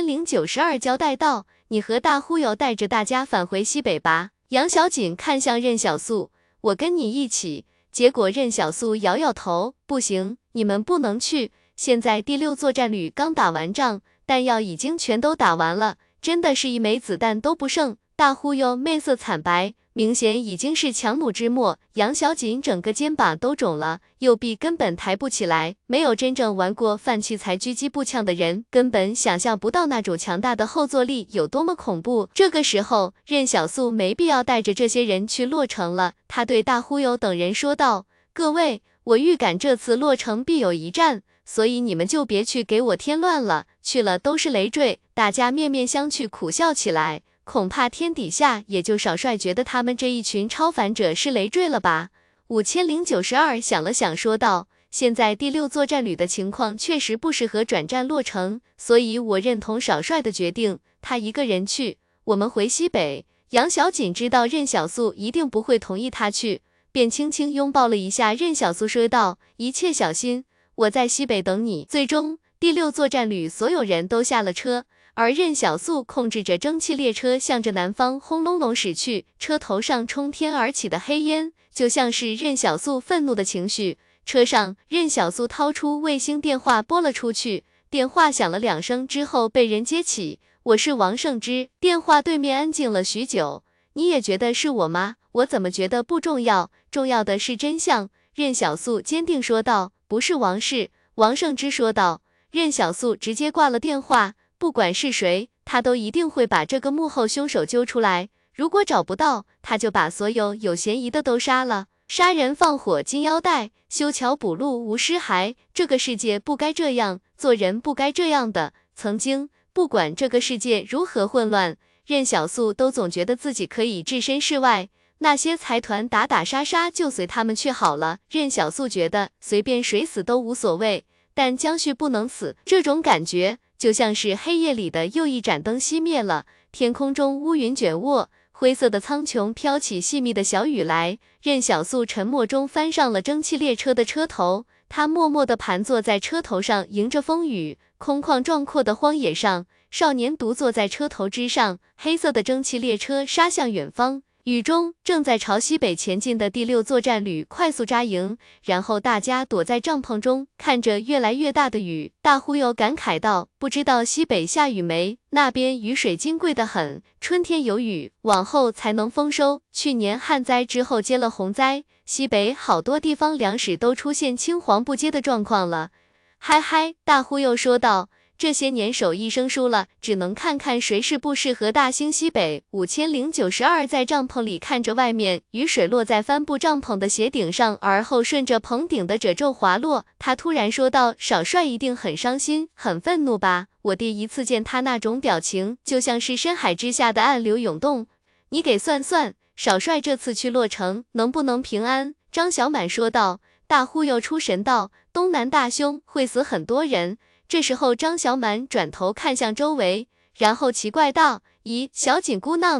5092交代道，你和大忽悠带着大家返回西北吧。杨小锦看向任小素，我跟你一起。结果任小素摇摇头，不行，你们不能去。现在第6作战旅刚打完仗，弹药已经全都打完了，真的是一枚子弹都不剩。大忽悠面色惨白，明显已经是强弩之末。杨小锦整个肩膀都肿了，右臂根本抬不起来。没有真正玩过泛器材狙击步枪的人，根本想象不到那种强大的后坐力有多么恐怖。这个时候，任小素没必要带着这些人去洛城了。他对大忽悠等人说道：“各位，我预感这次洛城必有一战，所以你们就别去给我添乱了，去了都是累赘。”大家面面相觑，苦笑起来。恐怕天底下也就少帅觉得他们这一群超凡者是累赘了吧。5092想了想说道，现在第6作战旅的情况确实不适合转战洛城，所以我认同少帅的决定，他一个人去，我们回西北。杨小锦知道任小素一定不会同意他去，便轻轻拥抱了一下任小素，说道，一切小心，我在西北等你。最终第6作战旅所有人都下了车，而任小素控制着蒸汽列车向着南方轰隆隆驶去，车头上冲天而起的黑烟，就像是任小素愤怒的情绪。车上，任小素掏出卫星电话拨了出去，电话响了2声之后被人接起，我是王胜之。电话对面安静了许久，你也觉得是我吗？我怎么觉得不重要，重要的是真相。任小素坚定说道，不是王氏。王胜之说道。任小素直接挂了电话。不管是谁，他都一定会把这个幕后凶手揪出来。如果找不到，他就把所有有嫌疑的都杀了。杀人放火金腰带，修桥补路无尸骸。这个世界不该这样，做人不该这样的。曾经，不管这个世界如何混乱，任小素都总觉得自己可以置身事外。那些财团打打杀杀就随他们去好了。任小素觉得随便谁死都无所谓，但江旭不能死，这种感觉就像是黑夜里的又一盏灯熄灭了，天空中乌云卷卧，灰色的苍穹飘起细密的小雨来。任小素沉默中翻上了蒸汽列车的车头，他默默地盘坐在车头上，迎着风雨。空旷壮阔的荒野上，少年独坐在车头之上，黑色的蒸汽列车杀向远方。雨中，正在朝西北前进的第6作战旅快速扎营，然后大家躲在帐篷中，看着越来越大的雨。大忽悠感慨道，不知道西北下雨没？那边雨水金贵得很，春天有雨，往后才能丰收。去年旱灾之后接了洪灾，西北好多地方粮食都出现青黄不接的状况了。嗨嗨，大忽悠说道。这些年手艺生疏了，只能看看谁是不适合大兴西北。5092在帐篷里看着外面，雨水落在帆布帐篷的鞋顶上，而后顺着棚顶的褶皱滑落。他突然说道，少帅一定很伤心，很愤怒吧？我第一次见他那种表情，就像是深海之下的暗流涌动。你给算算，少帅这次去洛城能不能平安？张小满说道。大忽悠出神道，东南大凶，会死很多人。这时候张小满转头看向周围，然后奇怪道，咦，小锦姑娘呢？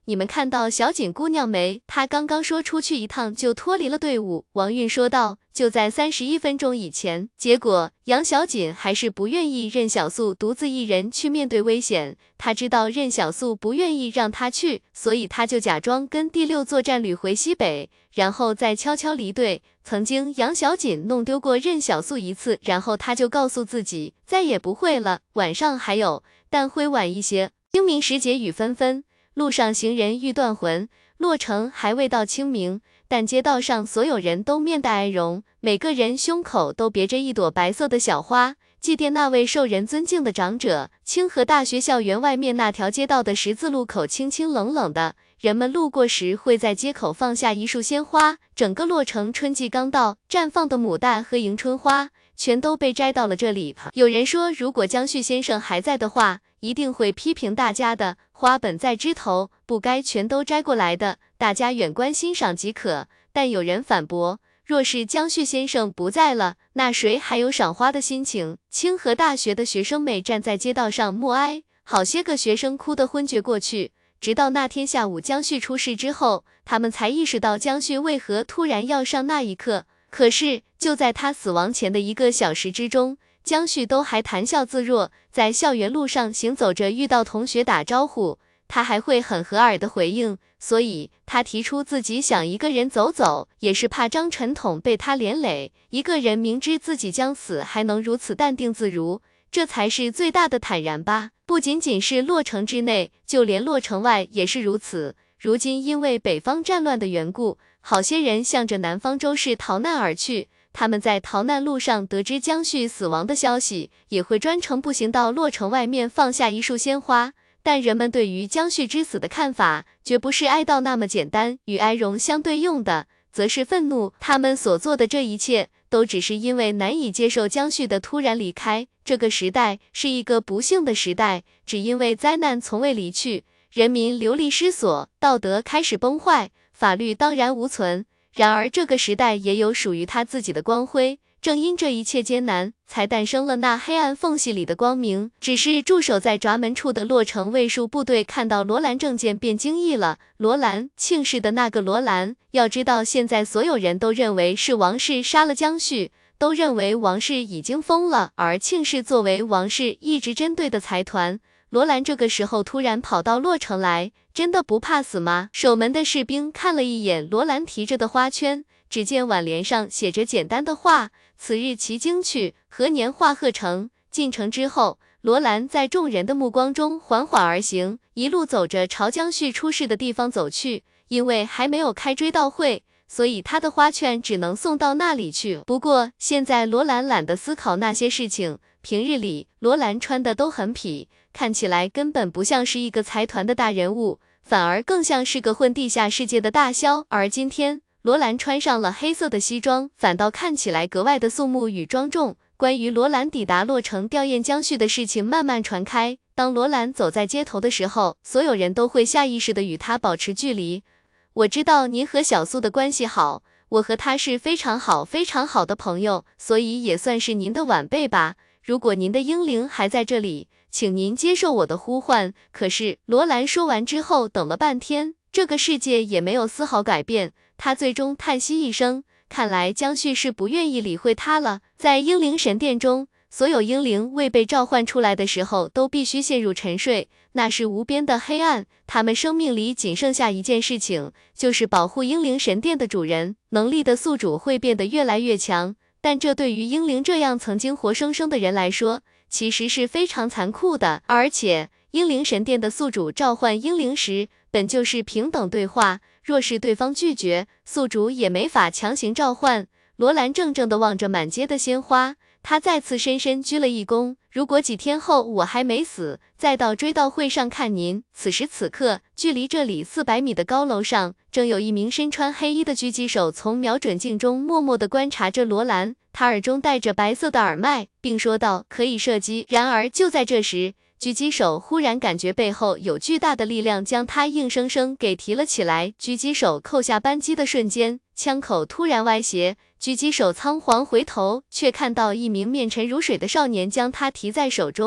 你们看到小锦姑娘没？她刚刚说出去一趟就脱离了队伍。王韵说道，就在31分钟以前。结果杨小锦还是不愿意任小素独自一人去面对危险，她知道任小素不愿意让她去，所以她就假装跟第6作战旅回西北，然后再悄悄离队。曾经杨小锦弄丢过任小素一次，然后她就告诉自己再也不会了。晚上还有，但会晚一些。清明时节雨纷纷，路上行人欲断魂。洛城还未到清明，但街道上所有人都面带哀容，每个人胸口都别着一朵白色的小花，祭奠那位受人尊敬的长者。清河大学校园外面那条街道的十字路口清清冷冷的，人们路过时会在街口放下一束鲜花。整个洛城春季刚到，绽放的牡丹和迎春花全都被摘到了这里。有人说，如果江旭先生还在的话，一定会批评大家的，花本在枝头，不该全都摘过来的，大家远观欣赏即可。但有人反驳，若是江旭先生不在了，那谁还有赏花的心情？清河大学的学生们站在街道上默哀，好些个学生哭得昏厥过去。直到那天下午江旭出事之后，他们才意识到江旭为何突然要上那一课。可是就在他死亡前的1个小时之中，江旭都还谈笑自若，在校园路上行走着，遇到同学打招呼，他还会很和蔼的回应。所以他提出自己想一个人走走，也是怕张传统被他连累。一个人明知自己将死，还能如此淡定自如，这才是最大的坦然吧。不仅仅是洛城之内，就连洛城外也是如此。如今因为北方战乱的缘故，好些人向着南方州市逃难而去。他们在逃难路上得知江旭死亡的消息，也会专程步行到洛城外面放下一束鲜花。但人们对于江旭之死的看法，绝不是哀悼那么简单，与哀荣相对用的，则是愤怒。他们所做的这一切，都只是因为难以接受江旭的突然离开。这个时代是一个不幸的时代，只因为灾难从未离去，人民流离失所，道德开始崩坏，法律当然无存。然而这个时代也有属于他自己的光辉，正因这一切艰难，才诞生了那黑暗缝隙里的光明。只是驻守在闸门处的洛城卫戍部队看到罗兰证件便惊异了。罗兰，庆氏的那个罗兰。要知道现在所有人都认为是王氏杀了江旭，都认为王氏已经疯了，而庆氏作为王氏一直针对的财团，罗兰这个时候突然跑到洛城来，真的不怕死吗？守门的士兵看了一眼罗兰提着的花圈，只见挽联上写着简单的话：此日骑京去，何年化鹤城。进城之后，罗兰在众人的目光中缓缓而行，一路走着朝江旭出事的地方走去。因为还没有开追悼会，所以他的花圈只能送到那里去。不过现在罗兰懒得思考那些事情，平日里罗兰穿的都很痞，看起来根本不像是一个财团的大人物，反而更像是个混地下世界的大枭。而今天罗兰穿上了黑色的西装，反倒看起来格外的肃穆与庄重。关于罗兰抵达洛城吊唁江旭的事情慢慢传开，当罗兰走在街头的时候，所有人都会下意识地与他保持距离。我知道您和小苏的关系好，我和他是非常好的朋友，所以也算是您的晚辈吧。如果您的英灵还在这里，请您接受我的呼唤。可是罗兰说完之后，等了半天，这个世界也没有丝毫改变。他最终叹息一声，看来江旭是不愿意理会他了。在英灵神殿中，所有英灵未被召唤出来的时候，都必须陷入沉睡，那是无边的黑暗。他们生命里仅剩下一件事情，就是保护英灵神殿的主人。能力的宿主会变得越来越强，但这对于英灵这样曾经活生生的人来说，其实是非常残酷的。而且英灵神殿的宿主召唤英灵时，本就是平等对话，若是对方拒绝，宿主也没法强行召唤。罗兰怔怔地望着满街的鲜花，他再次深深鞠了一躬。如果几天后我还没死，再到追悼会上看您。此时此刻，距离这里400米的高楼上，正有一名身穿黑衣的狙击手从瞄准镜中默默地观察着罗兰，他耳中戴着白色的耳麦，并说道：“可以射击。”然而就在这时，狙击手忽然感觉背后有巨大的力量将他硬生生给提了起来。狙击手扣下扳机的瞬间，枪口突然歪斜，狙击手仓皇回头，却看到一名面沉如水的少年将他提在手中，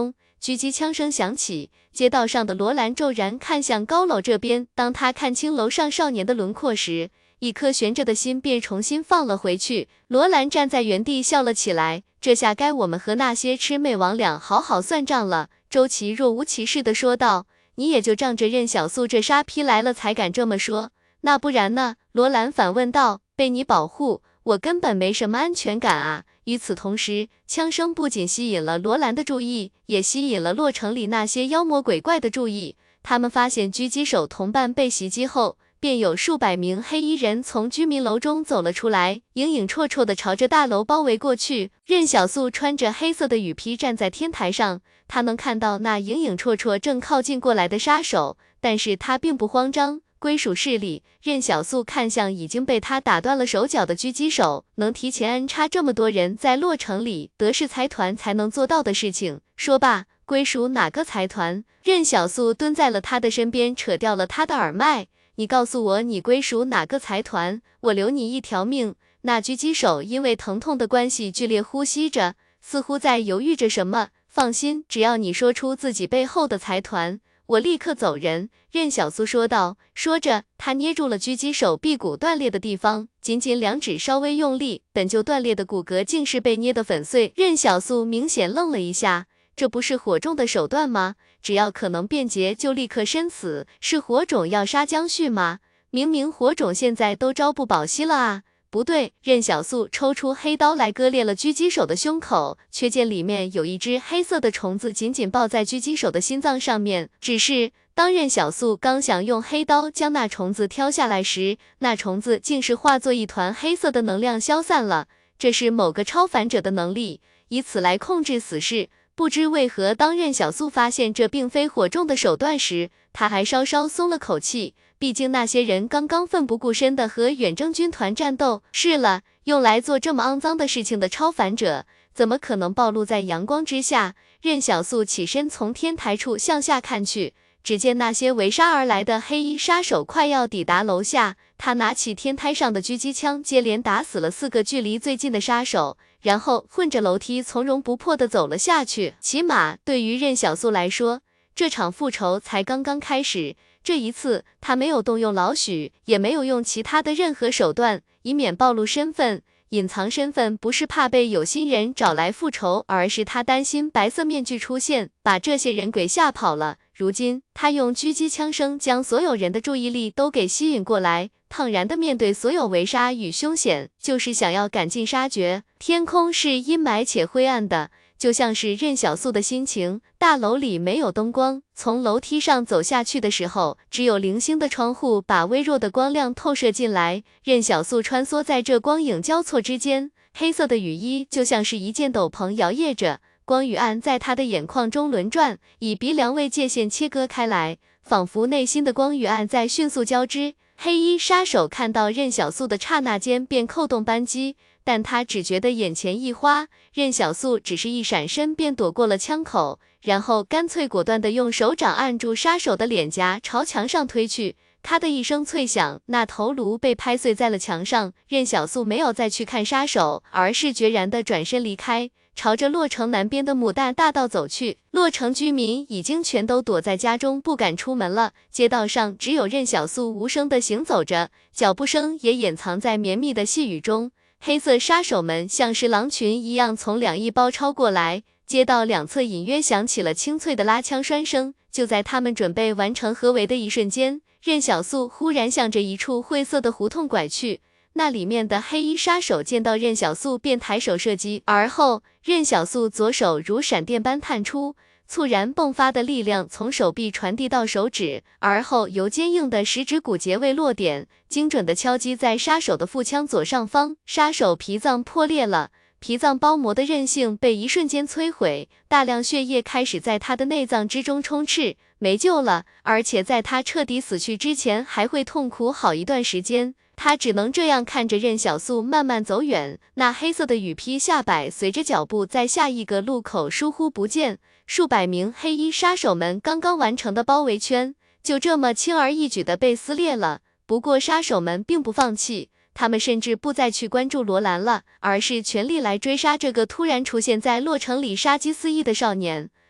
狙击枪声响起，街道上的罗兰骤然看向高楼这边。当他看清楼上少年的轮廓时，一颗悬着的心便重新放了回去。罗兰站在原地笑了起来，这下该我们和那些魑魅魍魉好好算账了。周琦若无其事地说道，你也就仗着任小素这沙批来了才敢这么说，那不然呢？罗兰反问道，被你保护，我根本没什么安全感啊。与此同时，枪声不仅吸引了罗兰的注意，也吸引了洛城里那些妖魔鬼怪的注意。他们发现狙击手同伴被袭击后，便有数百名黑衣人从居民楼中走了出来，影影绰绰地朝着大楼包围过去。任小素穿着黑色的雨披站在天台上，他能看到那影影绰绰正靠近过来的杀手，但是他并不慌张。归属室里，任小素看向已经被他打断了手脚的狙击手，能提前安插这么多人在洛城里，德氏财团才能做到的事情。说罢，归属哪个财团？任小素蹲在了他的身边，扯掉了他的耳麦。你告诉我你归属哪个财团，我留你一条命。那狙击手因为疼痛的关系剧烈呼吸着，似乎在犹豫着什么。放心，只要你说出自己背后的财团，我立刻走人。任小素说道。说着，他捏住了狙击手臂骨断裂的地方，仅仅两指稍微用力，本就断裂的骨骼竟是被捏得粉碎。任小素明显愣了一下，这不是火种的手段吗？只要可能便捷就立刻身死，是火种要杀姜旭吗？明明火种现在都朝不保夕了啊！不对，任小素抽出黑刀来割裂了狙击手的胸口，却见里面有一只黑色的虫子紧紧抱在狙击手的心脏上面。只是当任小素刚想用黑刀将那虫子挑下来时，那虫子竟是化作一团黑色的能量消散了。这是某个超凡者的能力，以此来控制死士。不知为何，当任小素发现这并非火种的手段时，他还稍稍松了口气。毕竟那些人刚刚奋不顾身的和远征军团战斗。是了，用来做这么肮脏的事情的超凡者，怎么可能暴露在阳光之下？任小素起身从天台处向下看去，只见那些围杀而来的黑衣杀手快要抵达楼下。他拿起天台上的狙击枪，接连打死了4个距离最近的杀手，然后混着楼梯从容不迫地走了下去。起码对于任小素来说，这场复仇才刚刚开始。这一次，他没有动用老许，也没有用其他的任何手段，以免暴露身份。隐藏身份不是怕被有心人找来复仇，而是他担心白色面具出现，把这些人给吓跑了。如今，他用狙击枪声将所有人的注意力都给吸引过来，坦然地面对所有围杀与凶险，就是想要赶尽杀绝。天空是阴霾且灰暗的，就像是任小素的心情。大楼里没有灯光，从楼梯上走下去的时候，只有零星的窗户把微弱的光亮透射进来。任小素穿梭在这光影交错之间，黑色的雨衣就像是一件斗篷摇曳着，光与暗在他的眼眶中轮转，以鼻梁为界限切割开来，仿佛内心的光与暗在迅速交织。黑衣杀手看到任小素的刹那间便扣动扳机，但他只觉得眼前一花，任小素只是一闪身便躲过了枪口，然后干脆果断地用手掌按住杀手的脸颊朝墙上推去。咔的一声脆响，那头颅被拍碎在了墙上。任小素没有再去看杀手，而是决然地转身离开，朝着洛城南边的牡丹大道走去。洛城居民已经全都躲在家中，不敢出门了。街道上只有任小素无声地行走着，脚步声也掩藏在绵密的细雨中。黑色杀手们像是狼群一样从两翼包抄过来，街道两侧隐约响起了清脆的拉枪栓声。就在他们准备完成合围的一瞬间，任小素忽然向着一处晦涩的胡同拐去。那里面的黑衣杀手见到任小素便抬手射击，而后任小素左手如闪电般探出，猝然迸发的力量从手臂传递到手指，而后由坚硬的食指骨节为落点，精准地敲击在杀手的腹腔左上方。杀手脾脏破裂了，脾脏包膜的韧性被一瞬间摧毁，大量血液开始在他的内脏之中充斥，没救了。而且在他彻底死去之前，还会痛苦好一段时间。他只能这样看着任小素慢慢走远，那黑色的雨披下摆随着脚步在下一个路口疏忽不见。数百名黑衣杀手们刚刚完成的包围圈，就这么轻而易举地被撕裂了。不过杀手们并不放弃，他们甚至不再去关注罗兰了，而是全力来追杀这个突然出现在洛城里杀机四溢的少年。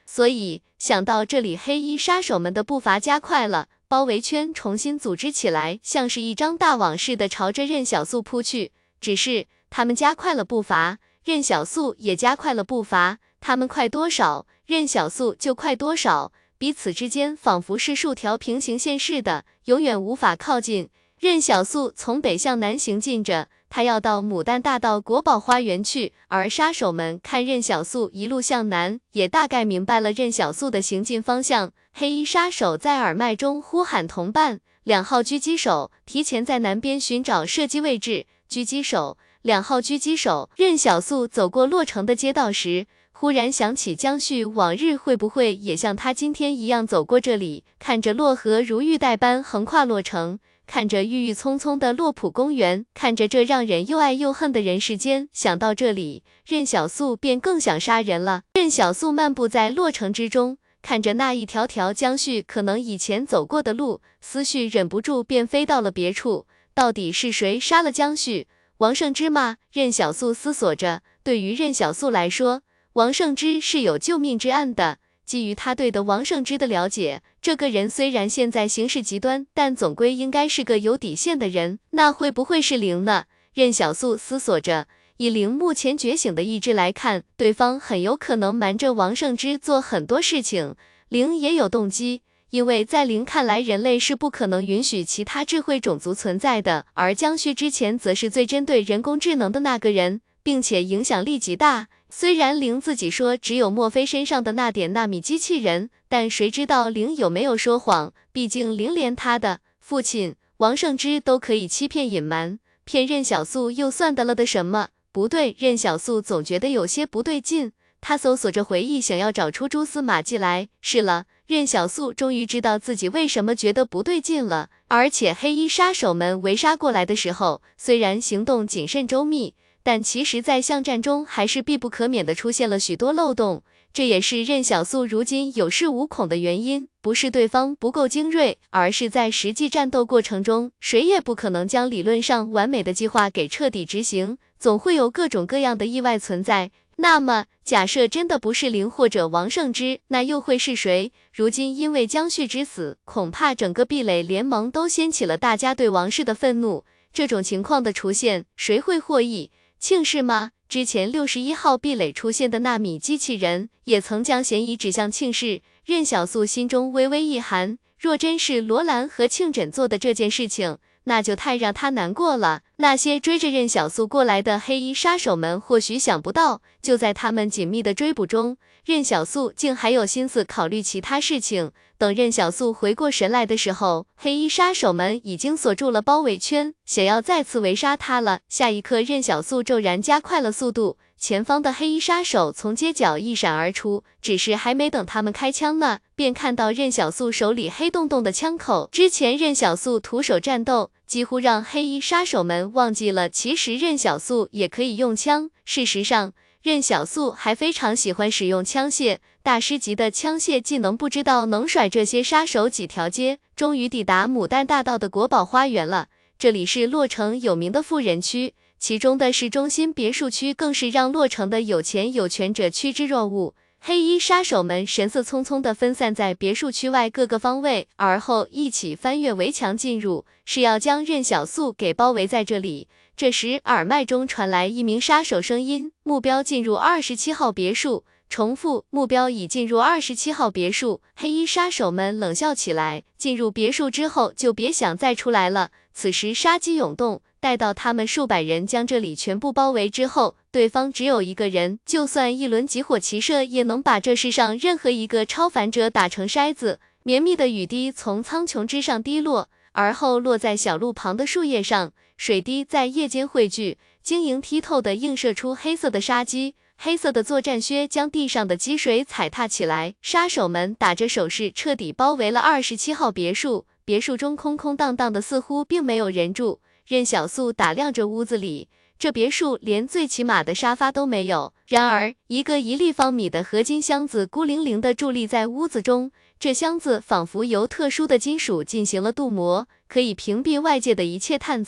所以想到这里，黑衣杀手们的步伐加快了，包围圈重新组织起来，像是一张大网似的朝着任小素扑去。只是他们加快了步伐，任小素也加快了步伐，他们快多少，任小素就快多少，彼此之间仿佛是数条平行线似的，永远无法靠近。任小素从北向南行进着，他要到牡丹大道国宝花园去，而杀手们看任小素一路向南，也大概明白了任小素的行进方向。黑衣杀手在耳麦中呼喊同伴，2号狙击手提前在南边寻找射击位置，狙击手，2号狙击手。任小素走过落城的街道时，忽然想起江旭往日会不会也像他今天一样走过这里，看着洛河如玉带般横跨洛城，看着郁郁葱葱的洛浦公园，看着这让人又爱又恨的人世间。想到这里，任小素便更想杀人了。任小素漫步在洛城之中，看着那一条条江旭可能以前走过的路，思绪忍不住便飞到了别处。到底是谁杀了江旭？王胜之吗？任小素思索着。对于任小素来说，王胜之是有救命之恩的。基于他对的王胜之的了解，这个人虽然现在行事极端，但总归应该是个有底线的人。那会不会是灵呢？任小素思索着。以灵目前觉醒的意志来看，对方很有可能瞒着王胜之做很多事情。灵也有动机，因为在灵看来，人类是不可能允许其他智慧种族存在的，而江旭之前则是最针对人工智能的那个人，并且影响力极大。虽然灵自己说只有墨菲身上的那点纳米机器人，但谁知道灵有没有说谎，毕竟灵连他的父亲王胜之都可以欺骗隐瞒，骗任小素又算得了的什么？不对，任小素总觉得有些不对劲，他搜索着回忆，想要找出蛛丝马迹来。是了，任小素终于知道自己为什么觉得不对劲了。而且黑衣杀手们围杀过来的时候，虽然行动谨慎周密，但其实在巷战中还是必不可免的出现了许多漏洞，这也是任小素如今有恃无恐的原因，不是对方不够精锐，而是在实际战斗过程中，谁也不可能将理论上完美的计划给彻底执行，总会有各种各样的意外存在。那么，假设真的不是灵或者王胜之，那又会是谁？如今因为江旭之死，恐怕整个壁垒联盟都掀起了大家对王室的愤怒。这种情况的出现，谁会获益？庆氏吗？之前61号壁垒出现的纳米机器人，也曾将嫌疑指向庆氏。任小素心中微微一寒，若真是罗兰和庆枕做的这件事情，那就太让他难过了。那些追着任小素过来的黑衣杀手们或许想不到，就在他们紧密的追捕中，任小素竟还有心思考虑其他事情。等任小素回过神来的时候，黑衣杀手们已经锁住了包围圈，想要再次围杀他了。下一刻，任小素骤然加快了速度，前方的黑衣杀手从街角一闪而出，只是还没等他们开枪呢，便看到任小素手里黑洞洞的枪口。之前任小素徒手战斗，几乎让黑衣杀手们忘记了其实任小素也可以用枪。事实上，任小素还非常喜欢使用枪械，大师级的枪械技能不知道能甩这些杀手几条街。终于抵达牡丹大道的国宝花园了，这里是洛城有名的富人区，其中的市中心别墅区更是让洛城的有钱有权者趋之若鹜。黑衣杀手们神色匆匆地分散在别墅区外各个方位，而后一起翻越围墙进入，是要将任小素给包围在这里。这时耳麦中传来一名杀手声音，目标进入27号别墅。重复，目标已进入27号别墅。黑衣杀手们冷笑起来，进入别墅之后就别想再出来了。此时杀机涌动，待到他们数百人将这里全部包围之后，对方只有一个人，就算一轮集火齐射，也能把这世上任何一个超凡者打成筛子。绵密的雨滴从苍穹之上滴落，而后落在小路旁的树叶上，水滴在叶间汇聚，晶莹剔透的映射出黑色的杀机。黑色的作战靴将地上的积水踩踏起来，杀手们打着手势彻底包围了27号别墅。别墅中空空荡荡的，似乎并没有人住。任小素打量着屋子里，这别墅连最起码的沙发都没有。然而，一个1立方米的合金箱子孤零零地伫立在屋子中，这箱子仿佛由特殊的金属进行了镀膜，可以屏蔽外界的一切探测。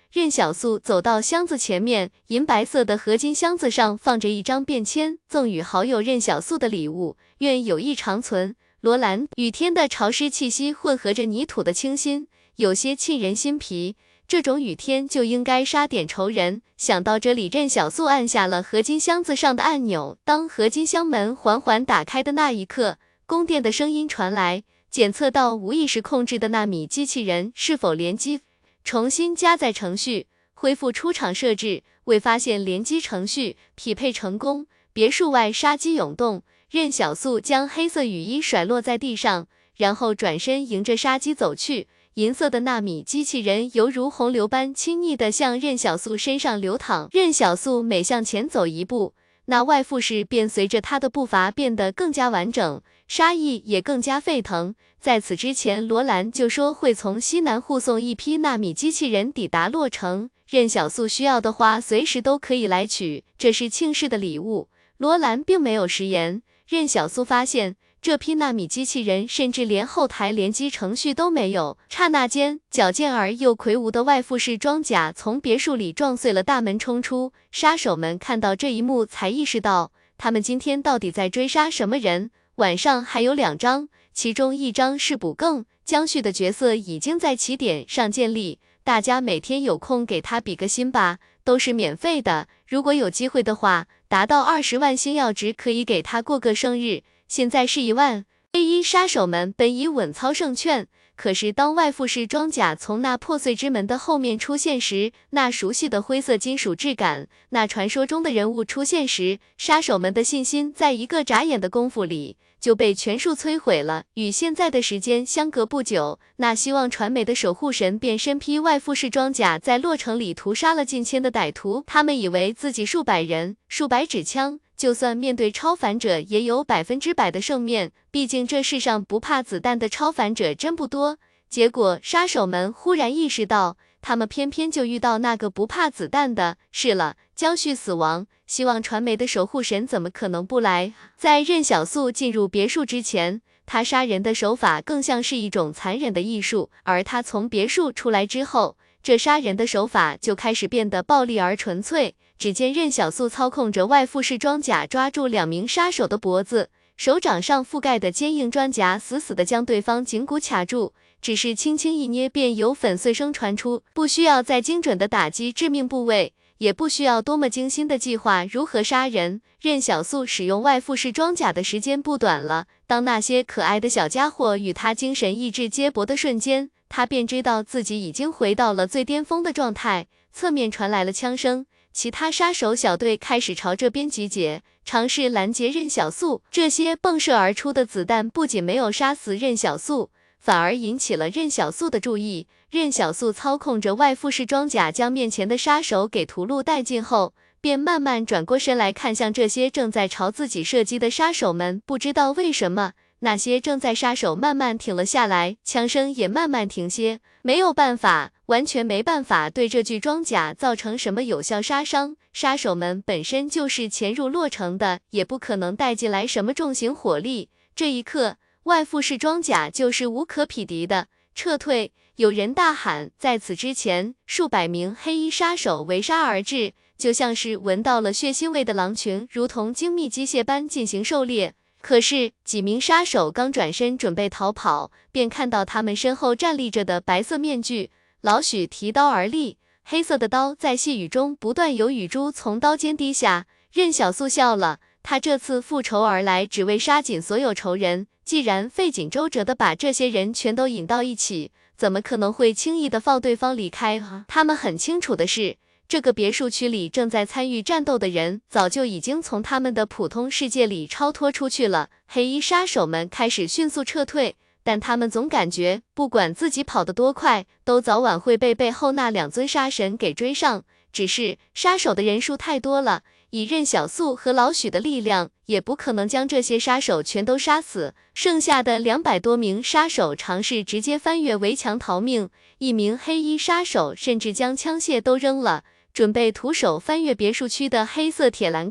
任小素走到箱子前面，银白色的合金箱子上放着一张便签，赠予好友任小素的礼物，愿友谊长存。罗兰，雨天的潮湿气息混合着泥土的清新，有些沁人心脾。这种雨天就应该杀点仇人。想到这里，任小素按下了合金箱子上的按钮。当合金箱门缓缓打开的那一刻，供电的声音传来，检测到无意识控制的纳米机器人是否联机，重新加载程序，恢复出厂设置。未发现联机程序，匹配成功。别墅外杀机涌动，任小素将黑色雨衣甩落在地上，然后转身迎着杀机走去。银色的纳米机器人犹如洪流般亲昵地向任小素身上流淌，任小素每向前走一步，那外附式便随着他的步伐变得更加完整，杀意也更加沸腾。在此之前，罗兰就说会从西南护送一批纳米机器人抵达洛城，任小素需要的话随时都可以来取，这是庆氏的礼物。罗兰并没有食言，任小素发现这批纳米机器人甚至连后台联机程序都没有。刹那间，矫健而又魁梧的外附式装甲从别墅里撞碎了大门冲出。杀手们看到这一幕才意识到，他们今天到底在追杀什么人。晚上还有2章，其中一章是补更，江旭的角色已经在起点上建立，大家每天有空给他比个心吧，都是免费的。如果有机会的话，达到20万星耀值可以给他过个生日，现在是1万。A1杀手们本已稳操胜券，可是当外附式装甲从那破碎之门的后面出现时，那熟悉的灰色金属质感，那传说中的人物出现时，杀手们的信心在一个眨眼的功夫里就被全数摧毁了。与现在的时间相隔不久，那希望传媒的守护神便身披外附式装甲，在洛城里屠杀了近千的歹徒。他们以为自己数百人、数百支枪，就算面对超凡者也有100%的胜面，毕竟这世上不怕子弹的超凡者真不多。结果杀手们忽然意识到，他们偏偏就遇到那个不怕子弹的。是了，江旭死亡，希望传媒的守护神怎么可能不来？在任小素进入别墅之前，他杀人的手法更像是一种残忍的艺术，而他从别墅出来之后，这杀人的手法就开始变得暴力而纯粹。只见任小素操控着外附式装甲抓住2名杀手的脖子，手掌上覆盖的坚硬装甲死死地将对方颈骨卡住，只是轻轻一捏便有粉碎声传出，不需要再精准的打击致命部位，也不需要多么精心的计划如何杀人，任小素使用外附式装甲的时间不短了。当那些可爱的小家伙与他精神意志接驳的瞬间，他便知道自己已经回到了最巅峰的状态。侧面传来了枪声，其他杀手小队开始朝这边集结，尝试拦截任小素。这些迸射而出的子弹不仅没有杀死任小素，反而引起了任小素的注意。任小素操控着外附式装甲将面前的杀手给屠戮殆尽后，便慢慢转过身来看向这些正在朝自己射击的杀手们。不知道为什么，那些正在杀手慢慢停了下来，枪声也慢慢停歇。没有办法，完全没办法对这具装甲造成什么有效杀伤。杀手们本身就是潜入洛城的，也不可能带进来什么重型火力。这一刻，外附式装甲就是无可匹敌的。撤退！有人大喊。在此之前，数百名黑衣杀手围杀而至，就像是闻到了血腥味的狼群，如同精密机械般进行狩猎。可是几名杀手刚转身准备逃跑，便看到他们身后站立着的白色面具。老许提刀而立，黑色的刀在细雨中不断有雨珠从刀尖滴下。任小素笑了，他这次复仇而来，只为杀尽所有仇人。既然费尽周折的把这些人全都引到一起，怎么可能会轻易的放对方离开？他们很清楚的是，这个别墅区里正在参与战斗的人，早就已经从他们的普通世界里超脱出去了。黑衣杀手们开始迅速撤退，但他们总感觉，不管自己跑得多快，都早晚会被背后那2尊杀神给追上。只是杀手的人数太多了，以任小素和老许的力量，也不可能将这些杀手全都杀死。剩下的200多名杀手尝试直接翻越围墙逃命，一名黑衣杀手甚至将枪械都扔了，准备徒手翻越别墅区的黑色铁栏杆。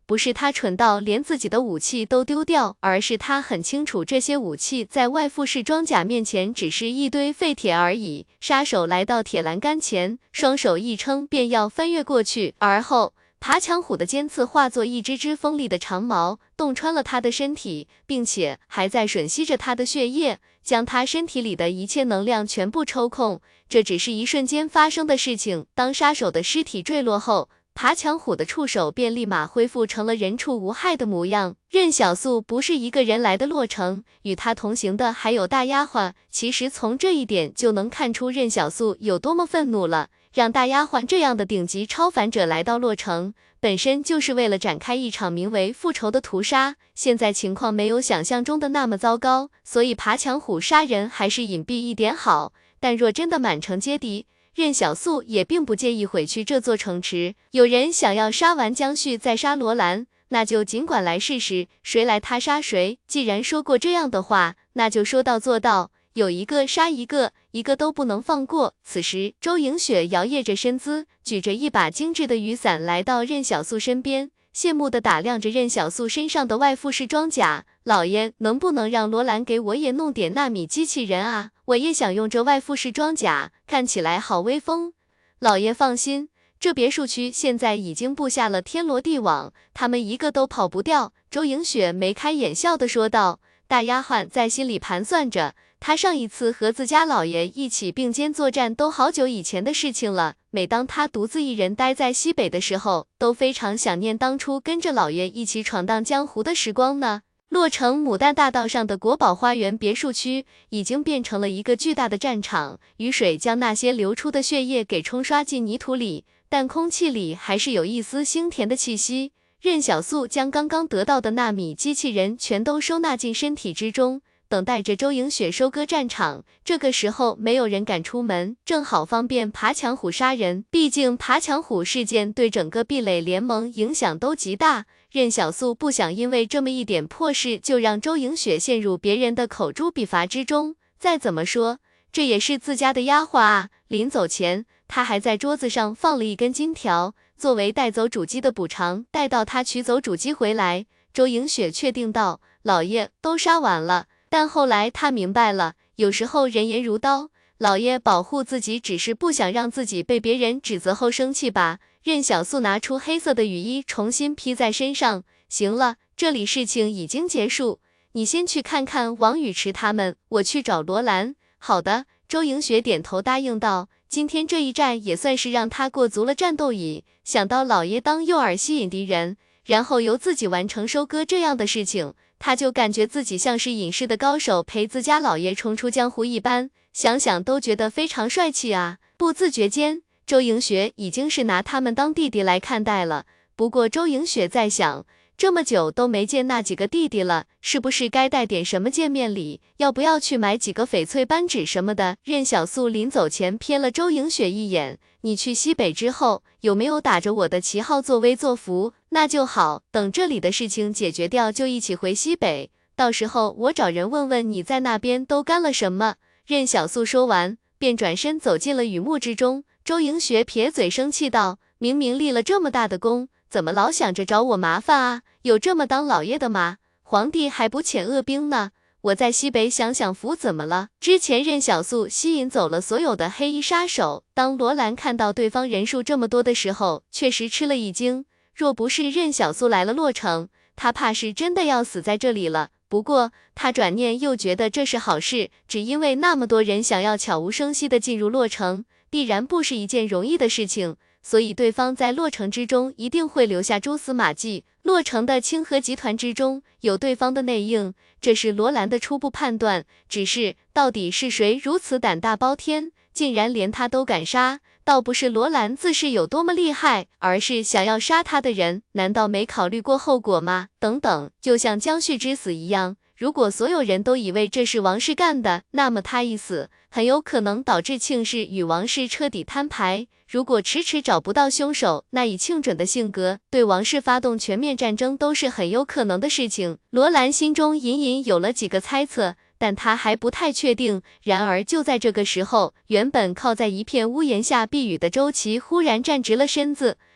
不是他蠢到连自己的武器都丢掉，而是他很清楚这些武器在外附式装甲面前只是一堆废铁而已。杀手来到铁栏杆前，双手一撑便要翻越过去，而后爬墙虎的尖刺化作一只只锋利的长矛，洞穿了他的身体，并且还在吮吸着他的血液，将他身体里的一切能量全部抽空。这只是一瞬间发生的事情。当杀手的尸体坠落后，爬墙虎的触手便立马恢复成了人畜无害的模样。任小素不是一个人来的洛城，与他同行的还有大丫鬟。其实从这一点就能看出任小素有多么愤怒了。让大丫鬟这样的顶级超凡者来到洛城，本身就是为了展开一场名为复仇的屠杀。现在情况没有想象中的那么糟糕，所以爬墙虎杀人还是隐蔽一点好。但若真的满城皆敌，任小素也并不介意毁去这座城池。有人想要杀完江旭再杀罗兰，那就尽管来试试，谁来他杀谁。既然说过这样的话，那就说到做到，有一个杀一个，一个都不能放过。此时周莹雪摇曳着身姿，举着一把精致的雨伞来到任小素身边，羡慕地打量着任小素身上的外附式装甲。老爷，能不能让罗兰给我也弄点纳米机器人啊？我也想用这外附式装甲，看起来好威风。老爷放心，这别墅区现在已经布下了天罗地网，他们一个都跑不掉。周莹雪眉开眼笑地说道。大丫鬟在心里盘算着，她上一次和自家老爷一起并肩作战都好久以前的事情了。每当她独自一人待在西北的时候，都非常想念当初跟着老爷一起闯荡江湖的时光呢。洛城牡丹大道上的国宝花园别墅区已经变成了一个巨大的战场，雨水将那些流出的血液给冲刷进泥土里，但空气里还是有一丝腥甜的气息。任小素将刚刚得到的纳米机器人全都收纳进身体之中，等待着周莹雪收割战场。这个时候没有人敢出门，正好方便爬墙虎杀人。毕竟爬墙虎事件对整个壁垒联盟影响都极大，任小素不想因为这么一点破事就让周莹雪陷入别人的口诛笔伐之中。再怎么说，这也是自家的丫鬟啊。临走前，他还在桌子上放了一根金条，作为带走主机的补偿。待到他取走主机回来，周莹雪确定道：老爷都杀完了。但后来他明白了，有时候人言如刀，老爷保护自己只是不想让自己被别人指责后生气吧。任小素拿出黑色的雨衣重新披在身上。行了，这里事情已经结束，你先去看看王雨池他们，我去找罗兰。好的，周莹雪点头答应道。今天这一战也算是让他过足了战斗瘾，想到老爷当诱饵吸引敌人，然后由自己完成收割这样的事情，他就感觉自己像是隐士的高手陪自家老爷冲出江湖一般，想想都觉得非常帅气啊。不自觉间，周莹雪已经是拿他们当弟弟来看待了。不过周莹雪在想，这么久都没见那几个弟弟了，是不是该带点什么见面礼？要不要去买几个翡翠扳指什么的？任小素临走前瞥了周莹雪一眼，你去西北之后，有没有打着我的旗号作威作福？那就好，等这里的事情解决掉，就一起回西北。到时候我找人问问你在那边都干了什么。任小素说完，便转身走进了雨幕之中。周莹雪撇嘴生气道：明明立了这么大的功，怎么老想着找我麻烦啊？有这么当老爷的吗？皇帝还不遣恶兵呢？我在西北享享福怎么了？之前任小素吸引走了所有的黑衣杀手，当罗兰看到对方人数这么多的时候，确实吃了一惊。若不是任小素来了洛城，他怕是真的要死在这里了。不过他转念又觉得这是好事，只因为那么多人想要悄无声息地进入洛城，必然不是一件容易的事情，所以对方在洛城之中一定会留下蛛丝马迹。洛城的清河集团之中有对方的内应，这是罗兰的初步判断。只是到底是谁如此胆大包天，竟然连他都敢杀？倒不是罗兰自恃有多么厉害，而是想要杀他的人，难道没考虑过后果吗？等等，就像江旭之死一样，如果所有人都以为这是王氏干的，那么他一死，很有可能导致庆氏与王氏彻底摊牌。如果迟迟找不到凶手，那以庆准的性格，对王氏发动全面战争都是很有可能的事情。罗兰心中隐隐有了几个猜测，但他还不太确定。然而就在这个时候，原本靠在一片屋檐下避雨的周琦忽然站直了身子，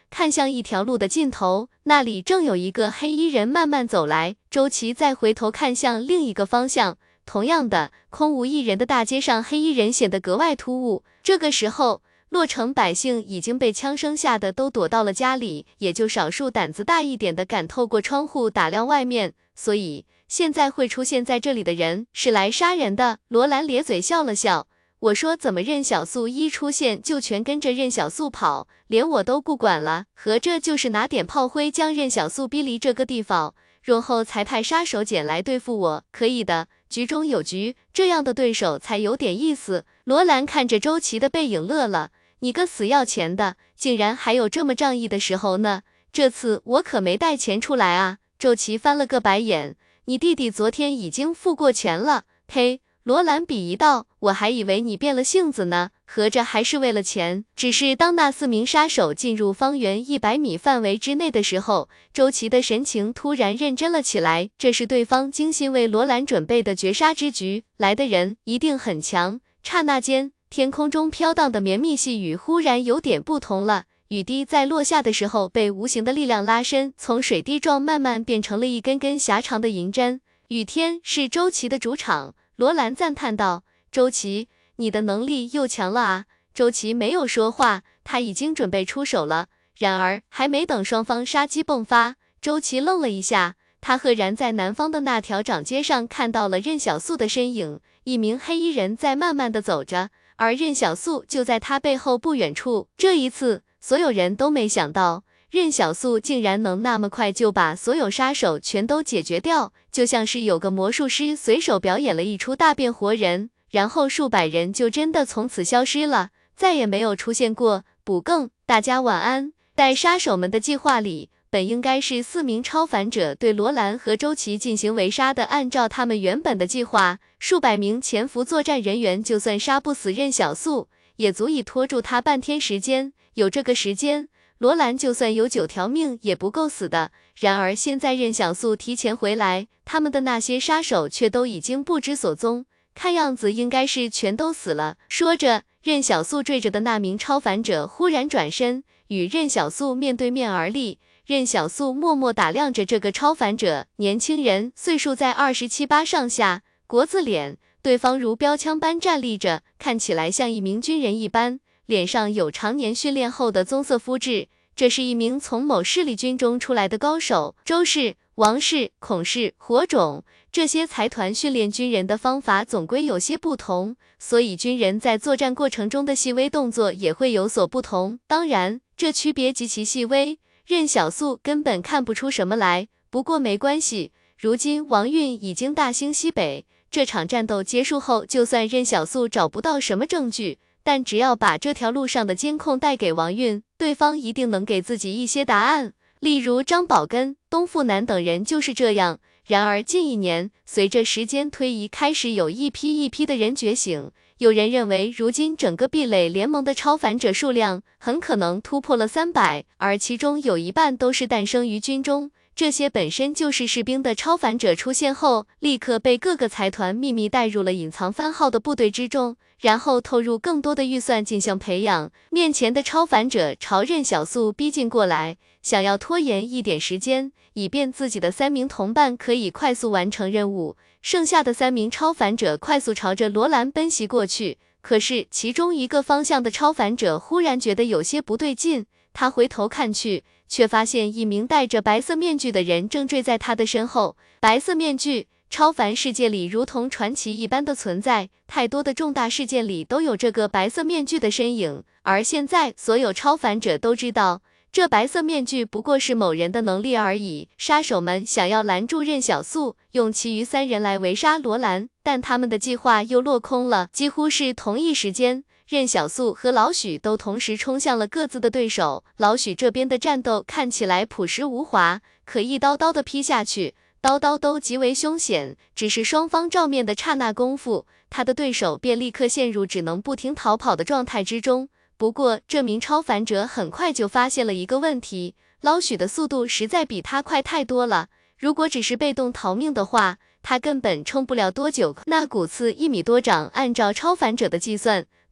看向一条路的尽头，那里正有一个黑衣人慢慢走来。周琦再回头看向另一个方向，同样的，空无一人的大街上，黑衣人显得格外突兀。这个时候，洛城百姓已经被枪声吓得都躲到了家里，也就少数胆子大一点的敢透过窗户打量外面，所以现在会出现在这里的人是来杀人的。罗兰咧嘴笑了笑，我说怎么任小素一出现就全跟着任小素跑，连我都不管了，合着就是拿点炮灰将任小素逼离这个地方，容后才派杀手锏来对付我，可以的，局中有局，这样的对手才有点意思。罗兰看着周琦的背影乐了，你个死要钱的，竟然还有这么仗义的时候呢，这次我可没带钱出来啊。周琦翻了个白眼，你弟弟昨天已经付过钱了。呸！罗兰鄙夷道，我还以为你变了性子呢，合着还是为了钱。只是当那4名杀手进入方圆100米范围之内的时候，周琦的神情突然认真了起来，这是对方精心为罗兰准备的绝杀之局，来的人一定很强。刹那间，天空中飘荡的绵密细雨忽然有点不同了，雨滴在落下的时候被无形的力量拉伸，从水滴状慢慢变成了一根根狭长的银针。雨天是周琦的主场，罗兰赞叹道，周琦，你的能力又强了啊。周琦没有说话，他已经准备出手了，然而还没等双方杀机迸发，周琦愣了一下，他赫然在南方的那条掌街上看到了任小素的身影，一名黑衣人在慢慢的走着，而任小素就在他背后不远处。这一次，所有人都没想到，任小素竟然能那么快就把所有杀手全都解决掉，就像是有个魔术师随手表演了一出大变活人，然后数百人就真的从此消失了，再也没有出现过。补更，大家晚安。在杀手们的计划里，本应该是4名超凡者对罗兰和周琦进行围杀的，按照他们原本的计划，数百名潜伏作战人员就算杀不死任小素，也足以拖住他半天时间，有这个时间，罗兰就算有9条命也不够死的。然而现在任小素提前回来，他们的那些杀手却都已经不知所踪，看样子应该是全都死了。说着，任小素追着的那名超凡者忽然转身，与任小素面对面而立。任小素默默打量着这个超凡者，年轻人，岁数在27、8上下，国字脸，对方如标枪般站立着，看起来像一名军人一般，脸上有常年训练后的棕色肤质，这是一名从某势力军中出来的高手。周氏、王氏、孔氏、火种这些财团训练军人的方法总归有些不同，所以军人在作战过程中的细微动作也会有所不同，当然这区别极其细微，任小素根本看不出什么来。不过没关系，如今王运已经大兴西北，这场战斗结束后，就算任小素找不到什么证据，但只要把这条路上的监控带给王运，对方一定能给自己一些答案。例如张宝根、东富南等人就是这样。然而近1年，随着时间推移，开始有一批一批的人觉醒。有人认为，如今整个壁垒联盟的超凡者数量很可能突破了300，而其中有1半都是诞生于军中。这些本身就是士兵的超凡者出现后，立刻被各个财团秘密带入了隐藏番号的部队之中，然后投入更多的预算进行培养。面前的超凡者朝任小素逼近过来，想要拖延一点时间，以便自己的3名同伴可以快速完成任务。剩下的3名超凡者快速朝着罗兰奔袭过去，可是其中一个方向的超凡者忽然觉得有些不对劲，他回头看去，却发现一名戴着白色面具的人正坠在他的身后。白色面具，超凡世界里如同传奇一般的存在，太多的重大事件里都有这个白色面具的身影，而现在所有超凡者都知道，这白色面具不过是某人的能力而已。杀手们想要拦住任小素，用其余3人来围杀罗兰，但他们的计划又落空了。几乎是同一时间，任小素和老许都同时冲向了各自的对手。老许这边的战斗看起来朴实无华，可一刀刀的劈下去，刀刀都极为凶险，只是双方照面的刹那功夫，他的对手便立刻陷入只能不停逃跑的状态之中。不过这名超凡者很快就发现了一个问题，老许的速度实在比他快太多了，如果只是被动逃命的话，他根本撑不了多久。那骨刺1米多长，按照超凡者的计算，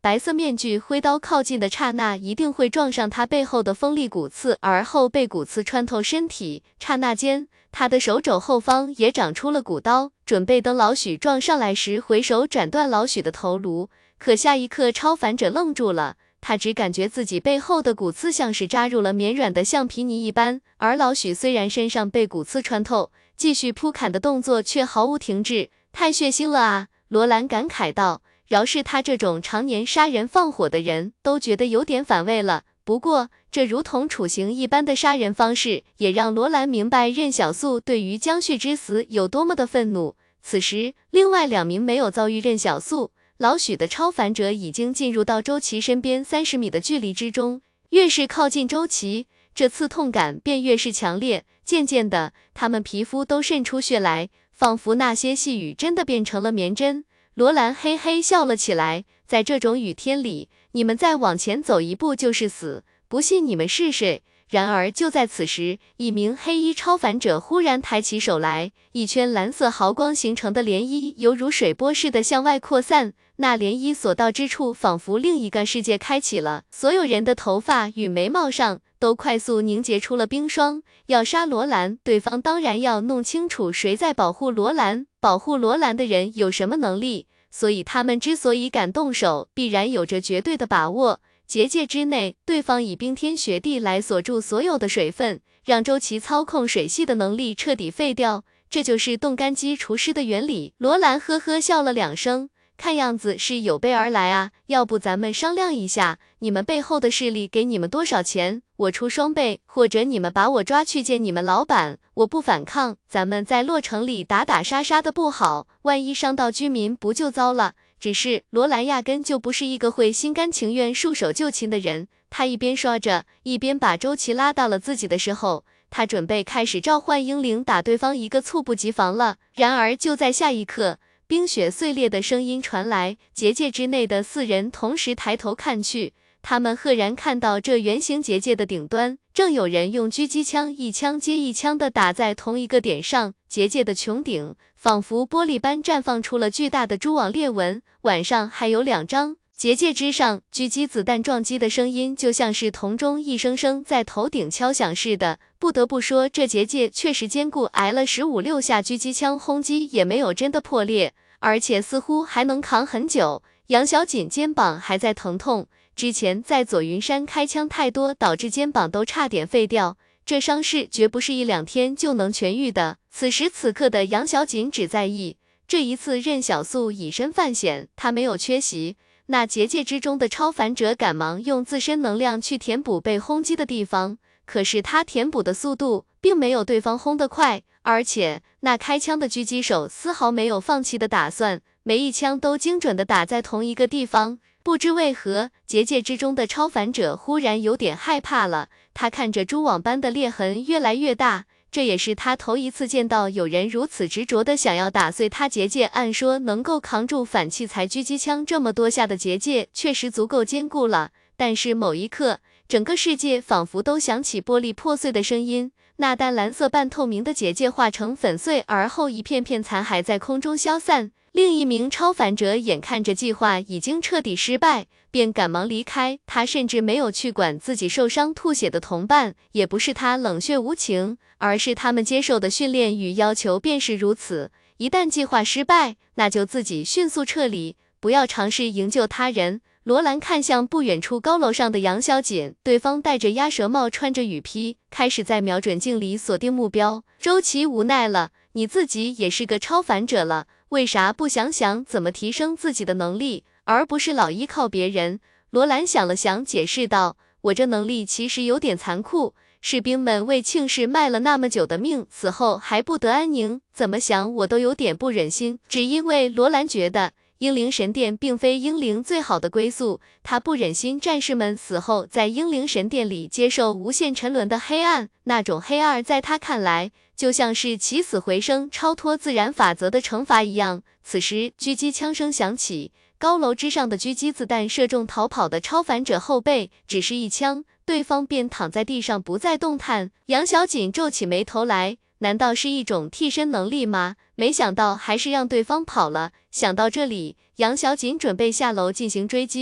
白色面具挥刀靠近的刹那，一定会撞上他背后的锋利骨刺，而后被骨刺穿透身体。刹那间，他的手肘后方也长出了骨刀，准备等老许撞上来时，回手斩断老许的头颅。可下一刻，超凡者愣住了。他只感觉自己背后的骨刺像是扎入了绵软的橡皮泥一般，而老许虽然身上被骨刺穿透，继续扑砍的动作却毫无停滞。太血腥了啊！罗兰感慨道。饶是他这种常年杀人放火的人，都觉得有点反胃了。不过，这如同处刑一般的杀人方式，也让罗兰明白任小素对于江旭之死有多么的愤怒。此时，另外2名没有遭遇任小素、老许的超凡者已经进入到周琦身边30米的距离之中。越是靠近周琦，这刺痛感便越是强烈。渐渐的，他们皮肤都渗出血来，仿佛那些细雨真的变成了棉针。罗兰嘿嘿笑了起来，在这种雨天里，你们再往前走一步就是死，不信你们试试。然而就在此时，一名黑衣超凡者忽然抬起手来，一圈蓝色毫光形成的涟漪犹如水波似的向外扩散，那涟漪所到之处，仿佛另一个世界开启了，所有人的头发与眉毛上都快速凝结出了冰霜。要杀罗兰，对方当然要弄清楚谁在保护罗兰，保护罗兰的人有什么能力，所以他们之所以敢动手，必然有着绝对的把握。结界之内，对方以冰天雪地来锁住所有的水分，让周琦操控水系的能力彻底废掉，这就是冻干机除湿的原理。罗兰呵呵笑了2声，看样子是有备而来啊，要不咱们商量一下，你们背后的势力给你们多少钱，我出双倍，或者你们把我抓去见你们老板，我不反抗，咱们在洛城里打打杀杀的不好，万一伤到居民不就糟了。只是罗兰压根就不是一个会心甘情愿束手就擒的人，他一边说着，一边把周琦拉到了自己的身后，他准备开始召唤英灵打对方一个猝不及防了。然而就在下一刻，冰雪碎裂的声音传来，结界之内的4人同时抬头看去，他们赫然看到这圆形结界的顶端，正有人用狙击枪一枪接一枪地打在同一个点上，结界的穹顶仿佛玻璃般绽放出了巨大的蛛网裂纹，晚上还有2张。结界之上，狙击子弹撞击的声音就像是铜钟一声声在头顶敲响似的。不得不说，这结界确实坚固，挨了15、16下狙击枪轰击也没有真的破裂，而且似乎还能扛很久。杨小锦肩膀还在疼痛，之前在左云山开枪太多，导致肩膀都差点废掉，这伤势绝不是1、2天就能痊愈的。此时此刻的杨小锦只在意，这一次任小素以身犯险，他没有缺席。那结界之中的超凡者赶忙用自身能量去填补被轰击的地方，可是他填补的速度并没有对方轰得快，而且那开枪的狙击手丝毫没有放弃的打算，每一枪都精准的打在同一个地方。不知为何，结界之中的超凡者忽然有点害怕了，他看着蛛网般的裂痕越来越大，这也是他头一次见到有人如此执着的想要打碎他结界。按说能够扛住反器材狙击枪这么多下的结界确实足够坚固了，但是某一刻，整个世界仿佛都响起玻璃破碎的声音，那淡蓝色半透明的结界化成粉碎，而后一片片残骸在空中消散。另一名超凡者眼看着计划已经彻底失败，便赶忙离开，他甚至没有去管自己受伤吐血的同伴，也不是他冷血无情，而是他们接受的训练与要求便是如此，一旦计划失败，那就自己迅速撤离，不要尝试营救他人。罗兰看向不远处高楼上的杨小锦，对方戴着鸭舌帽，穿着雨披，开始在瞄准镜里锁定目标。周琦无奈了，你自己也是个超凡者了，为啥不想想怎么提升自己的能力，而不是老依靠别人？罗兰想了想，解释道，我这能力其实有点残酷，士兵们为庆氏卖了那么久的命，死后还不得安宁，怎么想我都有点不忍心。只因为罗兰觉得英灵神殿并非英灵最好的归宿，他不忍心战士们死后在英灵神殿里接受无限沉沦的黑暗，那种黑暗在他看来就像是起死回生、超脱自然法则的惩罚一样。此时狙击枪声响起，高楼之上的狙击子弹射中逃跑的超凡者后背，只是一枪，对方便躺在地上不再动弹。杨小锦皱起眉头来，难道是一种替身能力吗？没想到还是让对方跑了。想到这里，杨小锦准备下楼进行追击，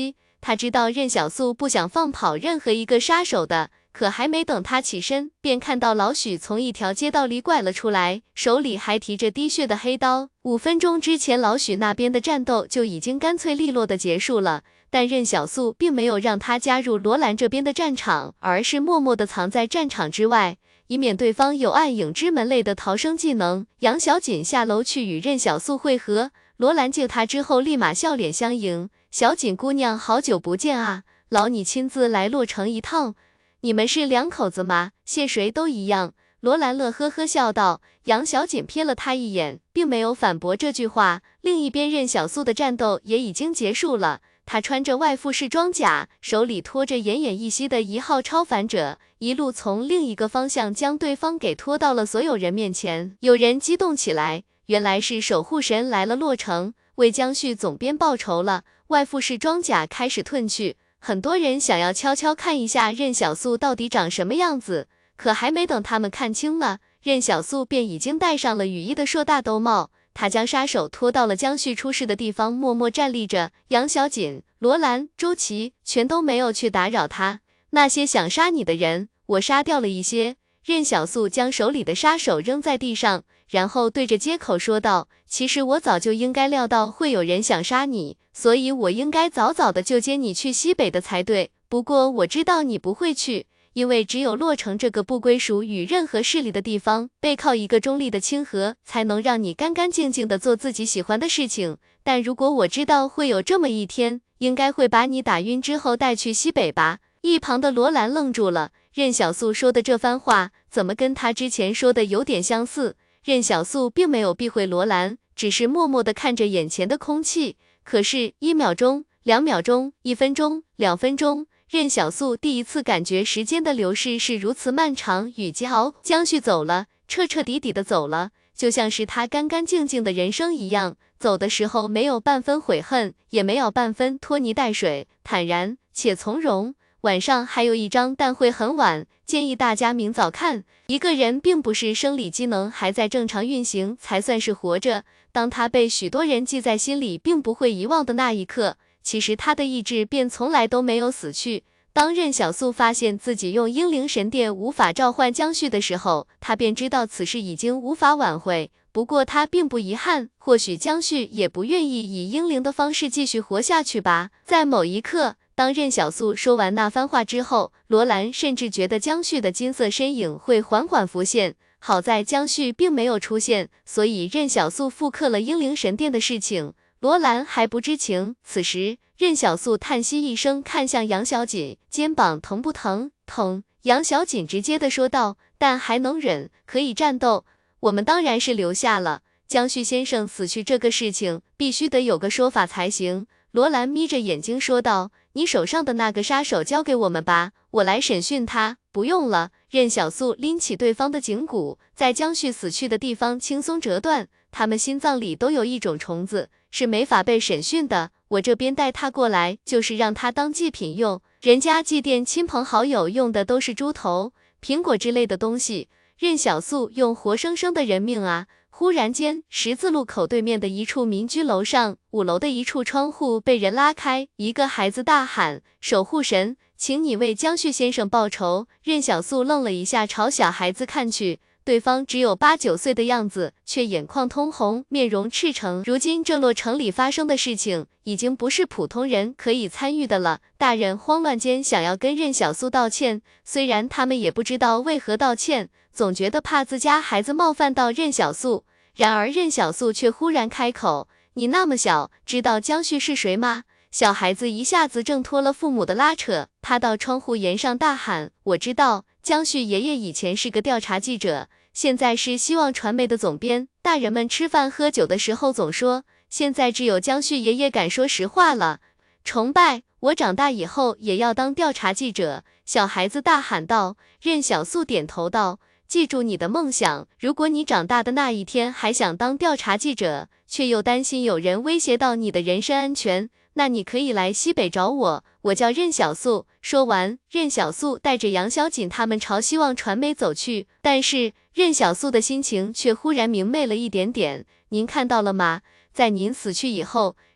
他知道任小素不想放跑任何一个杀手的，可还没等他起身，便看到老许从一条街道里拐了出来，手里还提着滴血的黑刀。5分钟之前，老许那边的战斗就已经干脆利落的结束了，但任小素并没有让他加入罗兰这边的战场，而是默默地藏在战场之外，以免对方有暗影之门类的逃生技能。杨小锦下楼去与任小素会合，罗兰见他之后立马笑脸相迎，小锦姑娘好久不见啊，劳你亲自来洛城一趟。你们是两口子吗？谢谁都一样。罗兰乐呵呵笑道。杨小锦瞥了他一眼，并没有反驳这句话。另一边，任小素的战斗也已经结束了。他穿着外附式装甲，手里拖着奄奄一息的1号超凡者，一路从另一个方向将对方给拖到了所有人面前。有人激动起来，原来是守护神来了洛城，为江旭总编报仇了。外附式装甲开始褪去，很多人想要悄悄看一下任小素到底长什么样子，可还没等他们看清了，任小素便已经戴上了羽翼的硕大兜帽。他将杀手拖到了江旭出事的地方，默默站立着。杨小锦、罗兰、周琦全都没有去打扰他。那些想杀你的人，我杀掉了一些。任小素将手里的杀手扔在地上，然后对着街口说道：其实我早就应该料到会有人想杀你，所以我应该早早的就接你去西北的才对。不过我知道你不会去，因为只有洛城这个不归属于任何势力的地方，背靠一个中立的清河，才能让你干干净净的做自己喜欢的事情。但如果我知道会有这么一天，应该会把你打晕之后带去西北吧。一旁的罗兰愣住了，任小素说的这番话，怎么跟他之前说的有点相似？任小素并没有避讳罗兰，只是默默地看着眼前的空气。可是1秒钟、2秒钟、1分钟、2分钟，任小素第一次感觉时间的流逝是如此漫长与煎熬。江旭走了，彻彻底底的走了，就像是他干干净净的人生一样，走的时候没有半分悔恨，也没有半分拖泥带水，坦然且从容。晚上还有一章，但会很晚，建议大家明早看。一个人并不是生理机能还在正常运行才算是活着，当他被许多人记在心里并不会遗忘的那一刻，其实他的意志便从来都没有死去。当任小素发现自己用英灵神殿无法召唤江旭的时候，他便知道此事已经无法挽回。不过他并不遗憾，或许江旭也不愿意以英灵的方式继续活下去吧。在某一刻，当任小素说完那番话之后，罗兰甚至觉得江旭的金色身影会缓缓浮现。好在江旭并没有出现，所以任小素复刻了英灵神殿的事情，罗兰还不知情。此时，任小素叹息一声，看向杨小锦，肩膀疼不疼？疼。杨小锦直接的说道，但还能忍，可以战斗。我们当然是留下了。江旭先生死去这个事情，必须得有个说法才行。罗兰眯着眼睛说道，你手上的那个杀手交给我们吧，我来审讯他。不用了。任小素拎起对方的颈骨，在江旭死去的地方轻松折断，他们心脏里都有一种虫子，是没法被审讯的。我这边带他过来，就是让他当祭品用，人家祭奠亲朋好友用的都是猪头、苹果之类的东西，任小素用活生生的人命啊。忽然间，十字路口对面的一处民居楼上，5楼的一处窗户被人拉开，一个孩子大喊：守护神，请你为江旭先生报仇。任小素愣了一下，朝小孩子看去，对方只有8、9岁的样子，却眼眶通红，面容赤诚。如今这洛城里发生的事情，已经不是普通人可以参与的了。大人慌乱间想要跟任小素道歉，虽然他们也不知道为何道歉，总觉得怕自家孩子冒犯到任小素。然而任小素却忽然开口，你那么小，知道江旭是谁吗？小孩子一下子挣脱了父母的拉扯，趴到窗户沿上大喊，我知道，江旭爷爷以前是个调查记者，现在是希望传媒的总编。大人们吃饭喝酒的时候总说，现在只有江旭爷爷敢说实话了。崇拜，我长大以后也要当调查记者。小孩子大喊道。任小素点头道，记住你的梦想，如果你长大的那一天还想当调查记者，却又担心有人威胁到你的人身安全，那你可以来西北找我，我叫任小素。说完，任小素带着杨小锦他们朝希望传媒走去，但是任小素的心情却忽然明媚了一点点。您看到了吗？在您死去以后，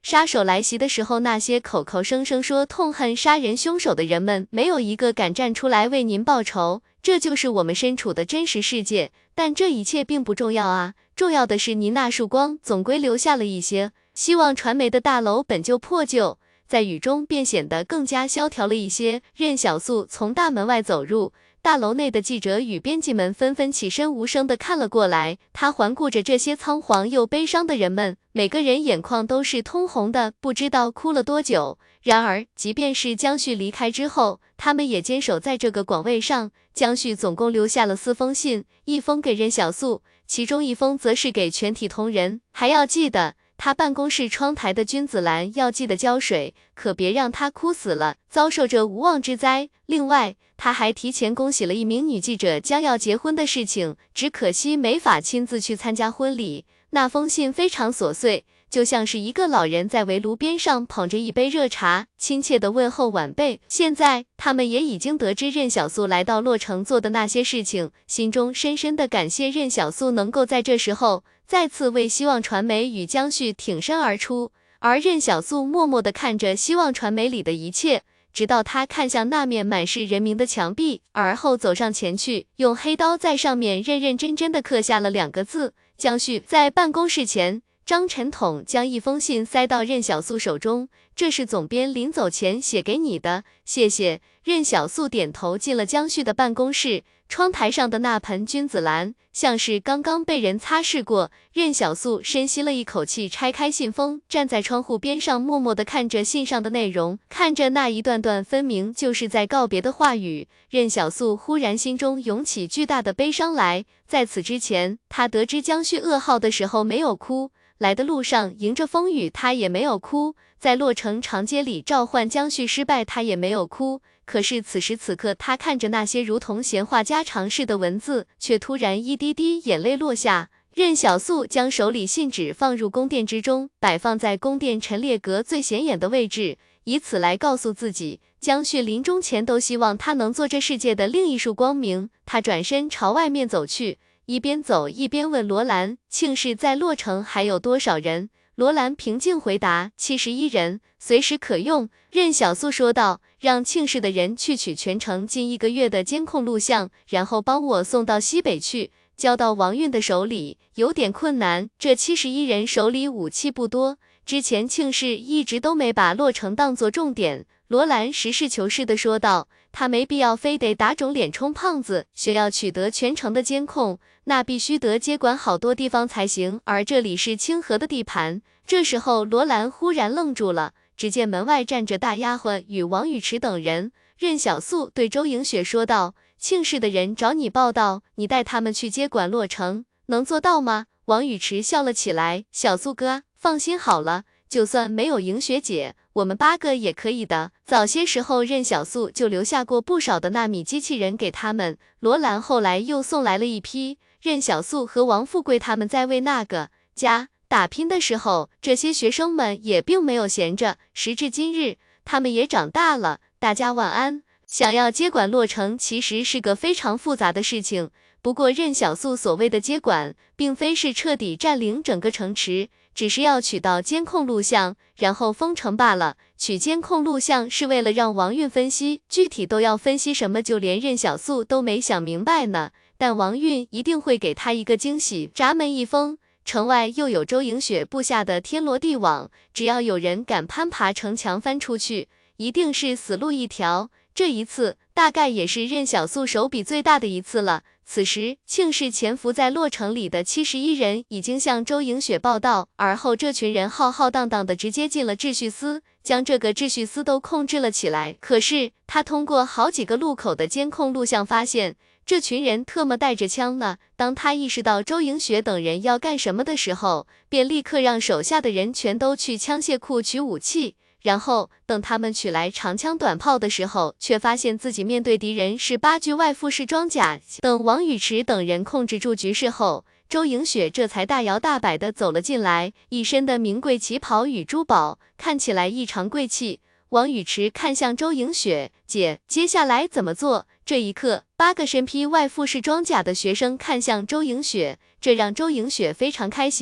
杀手来袭的时候，那些口口声声说痛恨杀人凶手的人们，没有一个敢站出来为您报仇。这就是我们身处的真实世界，但这一切并不重要啊，重要的是您那束光总归留下了一些。希望传媒的大楼本就破旧，在雨中便显得更加萧条了一些。任小素从大门外走入，大楼内的记者与编辑们纷纷起身无声地看了过来。他环顾着这些仓皇又悲伤的人们，每个人眼眶都是通红的，不知道哭了多久。然而，即便是江旭离开之后，他们也坚守在这个广位上。江旭总共留下了4封信，一封给任小素，其中一封则是给全体同仁，还要记得他办公室窗台的君子兰要记得浇水，可别让他枯死了，遭受着无妄之灾。另外，他还提前恭喜了一名女记者将要结婚的事情，只可惜没法亲自去参加婚礼。那封信非常琐碎，就像是一个老人在围炉边上捧着一杯热茶，亲切地问候晚辈。现在他们也已经得知任小素来到洛城做的那些事情，心中深深地感谢任小素能够在这时候再次为希望传媒与江旭挺身而出。而任小素默默地看着希望传媒里的一切，直到他看向那面满是人名的墙壁，而后走上前去，用黑刀在上面认认真真地刻下了2个字：江旭。在办公室前，张晨统将一封信塞到任小素手中，这是总编临走前写给你的，谢谢。任小素点头进了江旭的办公室，窗台上的那盆君子兰像是刚刚被人擦拭过。任小素深吸了一口气，拆开信封，站在窗户边上，默默地看着信上的内容，看着那一段段分明就是在告别的话语。任小素忽然心中涌起巨大的悲伤来，在此之前，她得知江旭噩耗的时候没有哭，来的路上迎着风雨他也没有哭，在洛城长街里召唤江旭失败他也没有哭，可是此时此刻他看着那些如同闲话家常似的文字，却突然一滴滴眼泪落下。任小素将手里信纸放入宫殿之中，摆放在宫殿陈列阁最显眼的位置，以此来告诉自己，江旭临终前都希望他能做这世界的另一束光明。他转身朝外面走去，一边走一边问罗兰，庆氏在洛城还有多少人？罗兰平静回答，71人，随时可用。任小素说道，让庆氏的人去取全城近1个月的监控录像，然后帮我送到西北去，交到王运的手里。有点困难，这71人手里武器不多，之前庆氏一直都没把洛城当作重点。罗兰实事求是地说道，他没必要非得打肿脸充胖子，需要取得全城的监控，那必须得接管好多地方才行，而这里是清河的地盘。这时候罗兰忽然愣住了，只见门外站着大丫鬟与王宇池等人。任小素对周莹雪说道，庆氏的人找你报道，你带他们去接管洛城，能做到吗？王宇池笑了起来，小素哥，放心好了，就算没有莹雪姐，我们8个也可以的。早些时候任小素就留下过不少的纳米机器人给他们，罗兰后来又送来了一批。任小素和王富贵他们在为那个家打拼的时候，这些学生们也并没有闲着，时至今日，他们也长大了。大家晚安。想要接管洛城其实是个非常复杂的事情，不过任小素所谓的接管，并非是彻底占领整个城池，只是要取到监控录像，然后封城罢了。取监控录像是为了让王运分析，具体都要分析什么，就连任小素都没想明白呢。但王运一定会给他一个惊喜。闸门一封，城外又有周莹雪布下的天罗地网，只要有人敢攀爬城墙翻出去，一定是死路一条。这一次大概也是任小素手笔最大的一次了。此时庆氏潜伏在洛城里的71人已经向周莹雪报道，而后这群人浩浩荡荡的直接进了秩序司，将这个秩序司都控制了起来。可是他通过好几个路口的监控录像发现，这群人特么带着枪呢。当他意识到周莹雪等人要干什么的时候，便立刻让手下的人全都去枪械库取武器，然后等他们取来长枪短炮的时候，却发现自己面对敌人是8具外附式装甲。等王宇池等人控制住局势后，周莹雪这才大摇大摆地走了进来，一身的名贵旗袍与珠宝，看起来异常贵气。王宇池看向周莹雪，姐，接下来怎么做？这一刻，8个身披外附式装甲的学生看向周莹雪，这让周莹雪非常开心。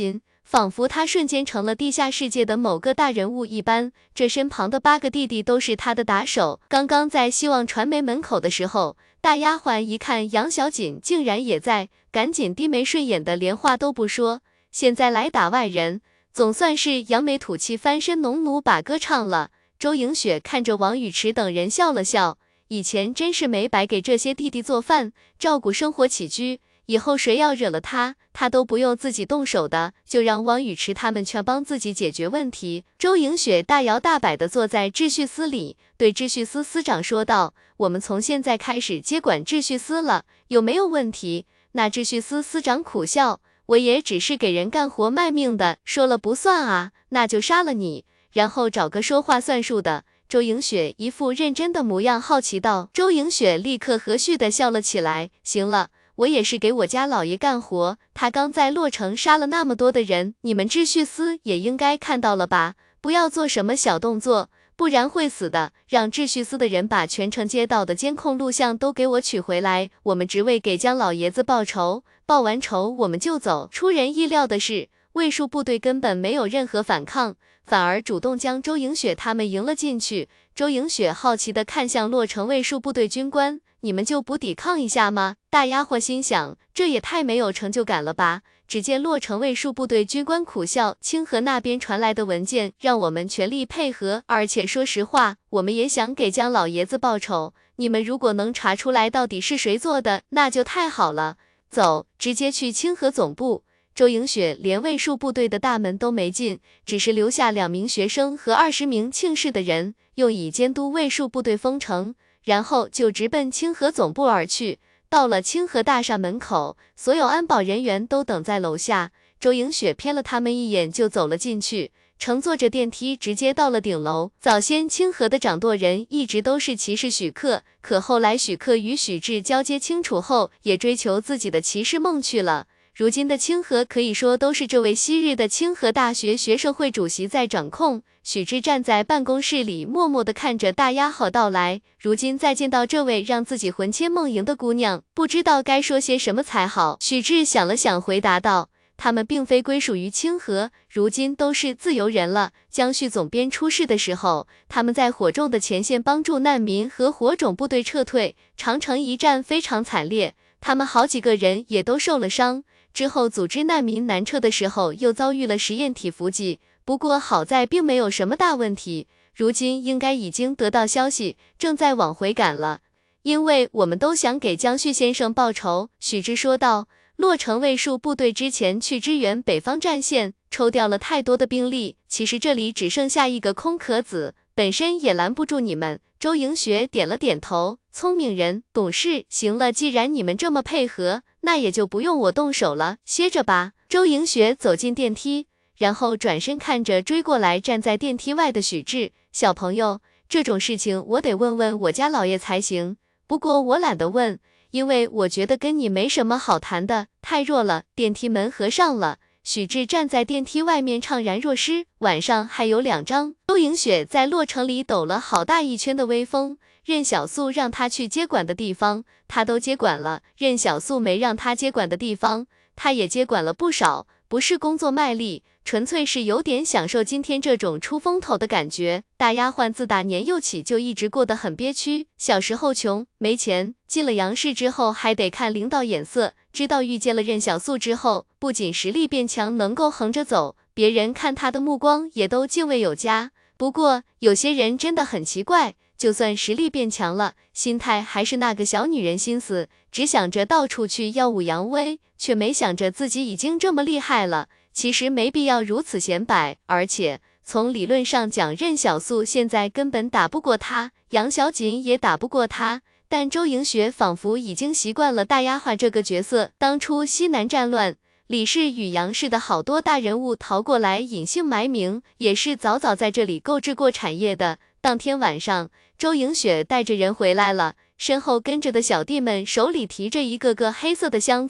仿佛他瞬间成了地下世界的某个大人物一般。这身旁的8个弟弟都是他的打手。刚刚在希望传媒门口的时候，大丫鬟一看杨小锦竟然也在，赶紧低眉顺眼的连话都不说。现在来打外人，总算是扬眉吐气翻身农奴把歌唱了。周莹雪看着王宇驰等人笑了笑，以前真是没白给这些弟弟做饭，照顾生活起居，以后谁要惹了他，他都不用自己动手的，就让王宇驰他们全帮自己解决问题。周莹雪大摇大摆地坐在秩序司里，对秩序司司长说道，我们从现在开始接管秩序司了，有没有问题？那秩序司司长苦笑，我也只是给人干活卖命的，说了不算啊，那就杀了你，然后找个说话算数的。周莹雪一副认真的模样，好奇道。周莹雪立刻和煦地笑了起来，行了，我也是给我家老爷干活，他刚在洛城杀了那么多的人，你们秩序司也应该看到了吧？不要做什么小动作，不然会死的。让秩序司的人把全城街道的监控录像都给我取回来，我们只为给江老爷子报仇，报完仇我们就走。出人意料的是，卫戍部队根本没有任何反抗，反而主动将周莹雪他们迎了进去。周莹雪好奇地看向洛城卫戍部队军官，你们就不抵抗一下吗？大丫鬟心想，这也太没有成就感了吧。只见洛城卫戍部队军官苦笑，清河那边传来的文件让我们全力配合，而且说实话，我们也想给江老爷子报仇，你们如果能查出来到底是谁做的，那就太好了。走，直接去清河总部。周莹雪连卫戍部队的大门都没进，只是留下2名学生和20名庆氏的人，用以监督卫戍部队封城，然后就直奔清河总部而去。到了清河大厦门口，所有安保人员都等在楼下，周莹雪瞥了他们一眼就走了进去，乘坐着电梯直接到了顶楼。早先清河的掌舵人一直都是骑士许克，可后来许克与许志交接清楚后，也追求自己的骑士梦去了。如今的清河可以说都是这位昔日的清河大学学生会主席在掌控。许志站在办公室里默默地看着大丫鬟到来，如今再见到这位让自己魂牵梦萦的姑娘，不知道该说些什么才好。许志想了想回答道，他们并非归属于清河，如今都是自由人了。江旭总编出事的时候，他们在火种的前线帮助难民和火种部队撤退，长城一战非常惨烈，他们好几个人也都受了伤。之后组织难民南撤的时候，又遭遇了实验体伏击，不过好在并没有什么大问题，如今应该已经得到消息，正在往回赶了。因为我们都想给江旭先生报仇，许之说道。洛城卫戍部队之前去支援北方战线，抽调了太多的兵力，其实这里只剩下一个空壳子，本身也拦不住你们。周莹雪点了点头，聪明人，懂事。行了，既然你们这么配合，那也就不用我动手了，歇着吧。周莹雪走进电梯，然后转身看着追过来站在电梯外的许志，小朋友，这种事情我得问问我家老爷才行，不过我懒得问，因为我觉得跟你没什么好谈的，太弱了。电梯门合上了，许志站在电梯外面怅然若失。晚上还有2章。周莹雪在洛城里抖了好大一圈的威风，任小素让他去接管的地方，他都接管了；任小素没让他接管的地方，他也接管了不少。不是工作卖力，纯粹是有点享受今天这种出风头的感觉。大丫鬟自打年幼起就一直过得很憋屈，小时候穷没钱，进了杨氏之后还得看领导眼色，知道遇见了任小素之后，不仅实力变强，能够横着走，别人看他的目光也都敬畏有加。不过有些人真的很奇怪，就算实力变强了，心态还是那个小女人心思，只想着到处去耀武扬威，却没想着自己已经这么厉害了。其实没必要如此显摆，而且从理论上讲，任小素现在根本打不过她，杨小锦也打不过她。但周莹雪仿佛已经习惯了大丫鬟这个角色。当初西南战乱，李氏与杨氏的好多大人物逃过来隐姓埋名，也是早早在这里购置过产业的。当天晚上，周莹雪带着人回来了，身后跟着的小弟们手里提着一个个黑色的箱子，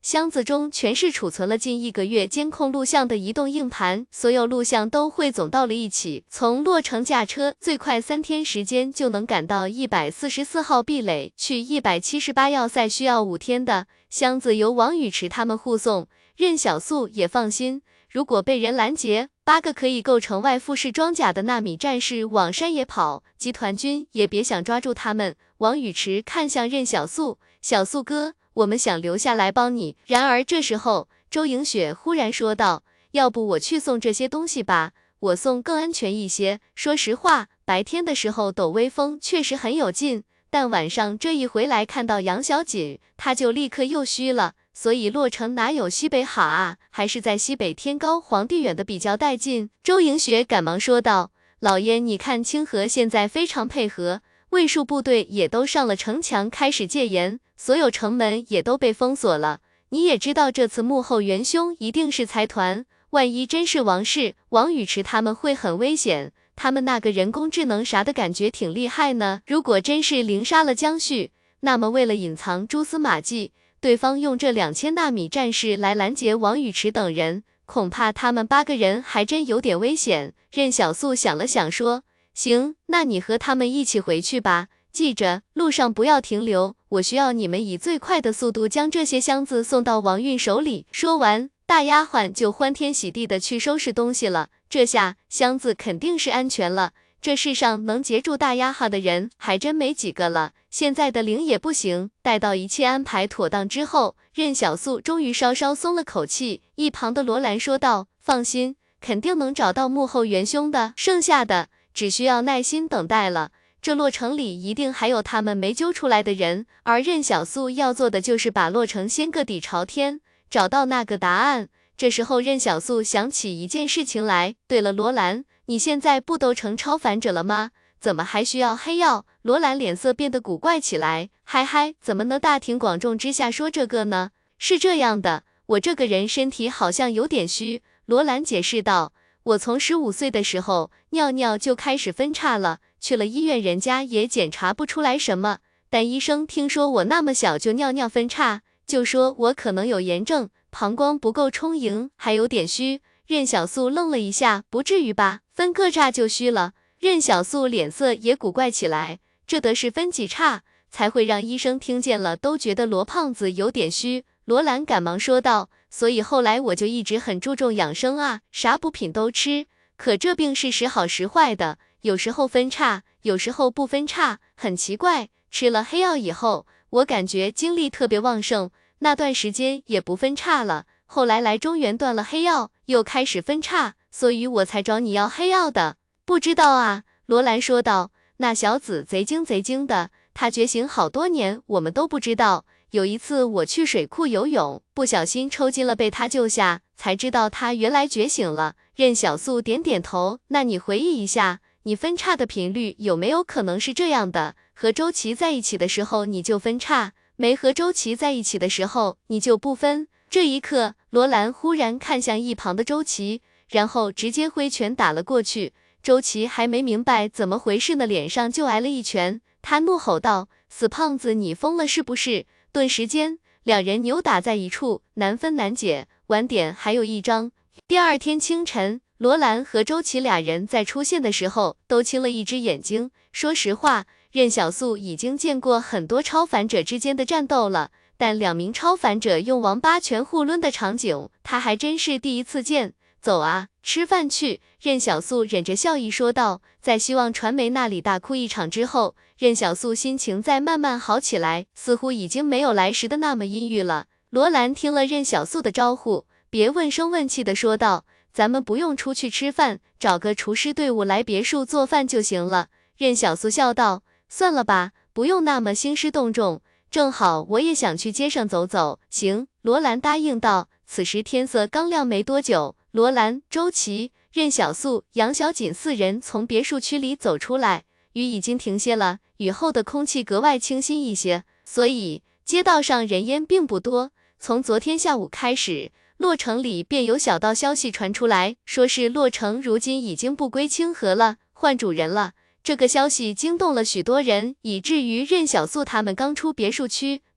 箱子中全是储存了近1个月监控录像的移动硬盘，所有录像都汇总到了一起。从洛城驾车最快3天时间就能赶到144号壁垒，去178要塞需要5天的。箱子由王宇驰他们护送，任小素也放心，如果被人拦截，8个可以构成外附式装甲的纳米战士往山野跑，集团军也别想抓住他们。王宇驰看向任小素，小素哥，我们想留下来帮你。然而这时候，周莹雪忽然说道，要不我去送这些东西吧，我送更安全一些。说实话，白天的时候抖微风确实很有劲，但晚上这一回来看到杨小锦，他就立刻又虚了。所以洛城哪有西北好啊，还是在西北天高皇帝远的比较带劲。周莹雪赶忙说道，老爷你看清河现在非常配合，卫戍部队也都上了城墙开始戒严，所有城门也都被封锁了。你也知道这次幕后元凶一定是财团，万一真是王氏、王宇驰他们会很危险，他们那个人工智能啥的感觉挺厉害呢。如果真是零杀了江旭，那么为了隐藏蛛丝马迹，对方用这2000纳米战士来拦截王宇驰等人，恐怕他们8个人还真有点危险。任小素想了想说，行，那你和他们一起回去吧，记着路上不要停留，我需要你们以最快的速度将这些箱子送到王运手里。说完，大丫鬟就欢天喜地的去收拾东西了，这下箱子肯定是安全了。这世上能截住大丫鬟的人还真没几个了，现在的灵也不行。待到一切安排妥当之后，任小素终于稍稍松了口气。一旁的罗兰说道，放心，肯定能找到幕后元凶的，剩下的只需要耐心等待了。这洛城里一定还有他们没揪出来的人，而任小素要做的就是把洛城掀个底朝天，找到那个答案。这时候任小素想起一件事情来，对了，罗兰，你现在不都成超凡者了吗？怎么还需要黑药？罗兰脸色变得古怪起来，嗨嗨，怎么能大庭广众之下说这个呢？是这样的，我这个人身体好像有点虚，罗兰解释道，我从15岁的时候尿尿就开始分叉了，去了医院人家也检查不出来什么，但医生听说我那么小就尿尿分叉，就说我可能有炎症，膀胱不够充盈，还有点虚。任小素愣了一下，不至于吧？分个叉就虚了？任小素脸色也古怪起来，这得是分几叉才会让医生听见了都觉得罗胖子有点虚？罗兰赶忙说道，所以后来我就一直很注重养生啊，啥补品都吃。可这病是时好时坏的，有时候分叉，有时候不分叉，很奇怪。吃了黑药以后，我感觉精力特别旺盛，那段时间也不分叉了。后来来中原断了黑药，又开始分叉，所以我才找你要黑药的。不知道啊，罗兰说道，那小子贼精的，他觉醒好多年，我们都不知道。有一次我去水库游泳，不小心抽筋了，被他救下，才知道他原来觉醒了。任小素点点头，那你回忆一下，你分叉的频率有没有可能是这样的？和周琦在一起的时候你就分叉，没和周琦在一起的时候你就不分。这一刻，罗兰忽然看向一旁的周琦，然后直接挥拳打了过去。周琦还没明白怎么回事呢，脸上就挨了一拳。他怒吼道，死胖子，你疯了是不是？顿时间，两人扭打在一处，难分难解。晚点还有一章。第二天清晨，罗兰和周琦俩人在出现的时候都青了一只眼睛。说实话，任小素已经见过很多超凡者之间的战斗了，但2名超凡者用王八拳互抡的场景，他还真是第一次见。走啊，吃饭去。任小素忍着笑意说道。在希望传媒那里大哭一场之后，任小素心情在慢慢好起来，似乎已经没有来时的那么阴郁了。罗兰听了任小素的招呼，别问声问气的说道，咱们不用出去吃饭，找个厨师队伍来别墅做饭就行了。任小素笑道，算了吧，不用那么兴师动众，正好我也想去街上走走。行，罗兰答应道。此时天色刚亮没多久，罗兰、周琦、任小素、杨小锦4人从别墅区里走出来，雨已经停歇了，雨后的空气格外清新一些，所以街道上人烟并不多。从昨天下午开始，洛城里便有小道消息传出来，说是洛城如今已经不归清河了，换主人了。这个消息惊动了许多人，以至于任小素他们刚出别墅区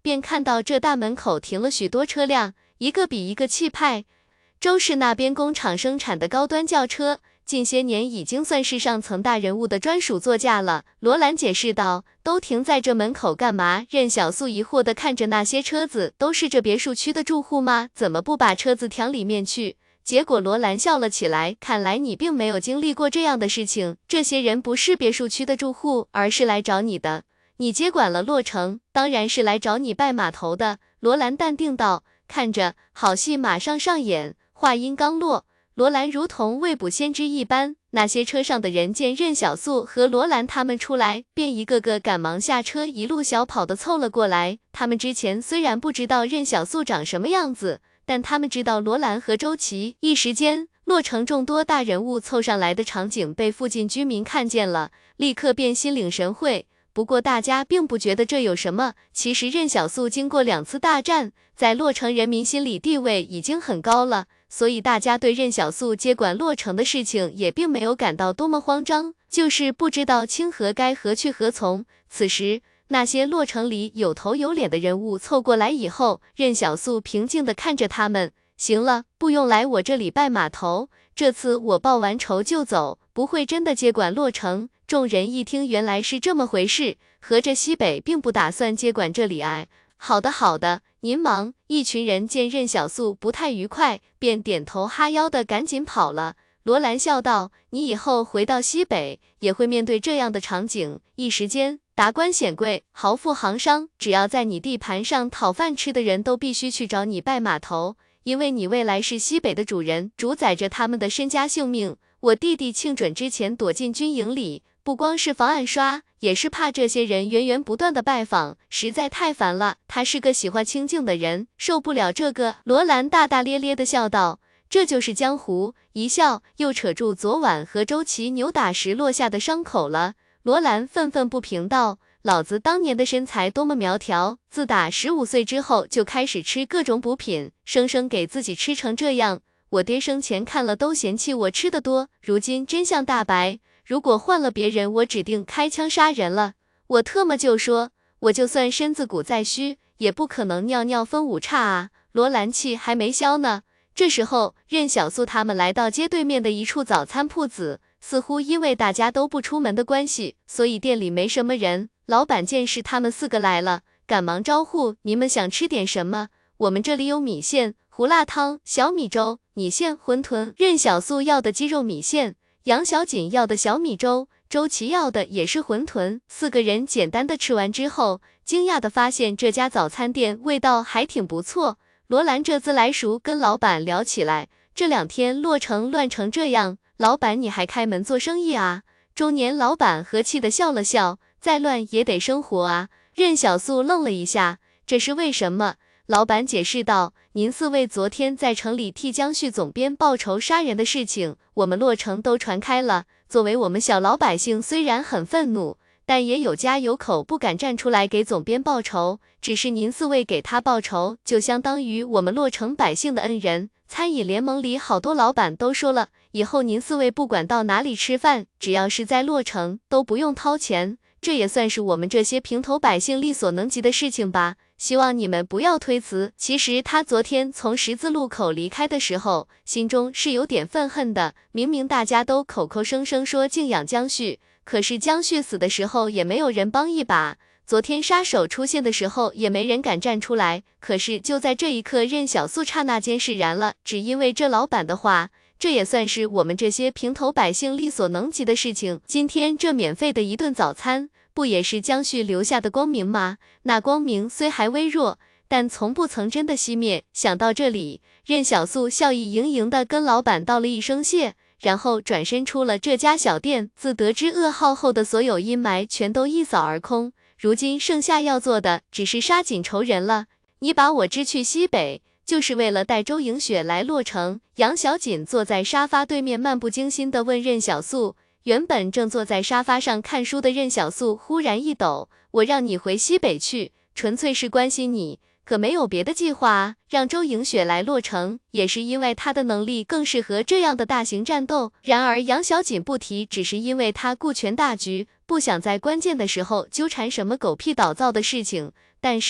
便看到这大门口停了许多车辆，一个比一个气派。周氏那边工厂生产的高端轿车，近些年已经算是上层大人物的专属座驾了。罗兰解释道，都停在这门口干嘛？任小素疑惑地看着那些车子，都是这别墅区的住户吗？怎么不把车子停里面去？结果罗兰笑了起来，看来你并没有经历过这样的事情，这些人不是别墅区的住户，而是来找你的。你接管了洛城，当然是来找你拜码头的。罗兰淡定道，看着，好戏马上上演。话音刚落，罗兰如同未卜先知一般，那些车上的人见任小素和罗兰他们出来，便一个个赶忙下车，一路小跑的凑了过来。他们之前虽然不知道任小素长什么样子，但他们知道罗兰和周琦。一时间，洛城众多大人物凑上来的场景被附近居民看见了，立刻便心领神会。不过大家并不觉得这有什么，其实任小素经过2次大战，在洛城人民心里地位已经很高了，所以大家对任小素接管洛城的事情也并没有感到多么慌张，就是不知道清河该何去何从。此时，那些洛城里有头有脸的人物凑过来以后，任小素平静地看着他们，行了，不用来我这里拜码头，这次我报完仇就走，不会真的接管洛城。众人一听原来是这么回事，合着西北并不打算接管这里哎。好的好的，您忙。一群人见任小素不太愉快，便点头哈腰的赶紧跑了。罗兰笑道，你以后回到西北也会面对这样的场景，一时间达官显贵、豪富行商，只要在你地盘上讨饭吃的人都必须去找你拜码头，因为你未来是西北的主人，主宰着他们的身家性命。我弟弟庆准之前躲进军营里，不光是防暗刷，也是怕这些人源源不断的拜访，实在太烦了。他是个喜欢清静的人，受不了这个。罗兰大大咧咧的笑道，这就是江湖。一笑又扯住昨晚和周琦扭打时落下的伤口了。罗兰愤愤不平道，老子当年的身材多么苗条，自打15岁之后就开始吃各种补品，生生给自己吃成这样。我爹生前看了都嫌弃我吃得多，如今真相大白，如果换了别人，我指定开枪杀人了。我特么就说，我就算身子骨再虚，也不可能尿尿分5叉啊。罗兰气还没消呢，这时候任小素他们来到街对面的一处早餐铺子，似乎因为大家都不出门的关系，所以店里没什么人。老板见是他们4个来了，赶忙招呼，你们想吃点什么？我们这里有米线、胡辣汤、小米粥、米线、馄饨。任小素要的鸡肉米线，杨小锦要的小米粥，周琦要的也是馄饨。4个人简单的吃完之后，惊讶的发现这家早餐店味道还挺不错。罗兰这自来熟跟老板聊起来，这2天洛城乱成这样，老板你还开门做生意啊？中年老板和气的笑了笑，再乱也得生活啊。任小素愣了一下，这是为什么？老板解释道，您4位昨天在城里替江旭总编报仇杀人的事情，我们洛城都传开了。作为我们小老百姓，虽然很愤怒，但也有家有口，不敢站出来给总编报仇。只是您4位给他报仇，就相当于我们洛城百姓的恩人。餐饮联盟里好多老板都说了，以后您4位不管到哪里吃饭，只要是在洛城，都不用掏钱。这也算是我们这些平头百姓力所能及的事情吧。希望你们不要推辞。其实他昨天从十字路口离开的时候，心中是有点愤恨的。明明大家都口口声声说敬仰江旭，可是江旭死的时候也没有人帮一把。昨天杀手出现的时候，也没人敢站出来。可是就在这一刻，任小素刹那间释然了，只因为这老板的话。这也算是我们这些平头百姓力所能及的事情。今天这免费的一顿早餐，不也是江旭留下的光明吗？那光明虽还微弱，但从不曾真的熄灭。想到这里，任小素笑意盈盈地跟老板道了一声谢，然后转身出了这家小店。自得知噩耗后的所有阴霾全都一扫而空，如今剩下要做的只是杀紧仇人了。你把我支去西北，就是为了带周莹雪来洛城。杨小锦坐在沙发对面，漫不经心地问任小素。原本正坐在沙发上看书的任小素忽然一抖，我让你回西北去，纯粹是关心你，可没有别的计划啊。让周莹雪来洛城，也是因为她的能力更适合这样的大型战斗。然而杨小锦不提，只是因为她顾全大局，不想在关键的时候纠缠什么狗屁倒灶的事情。但是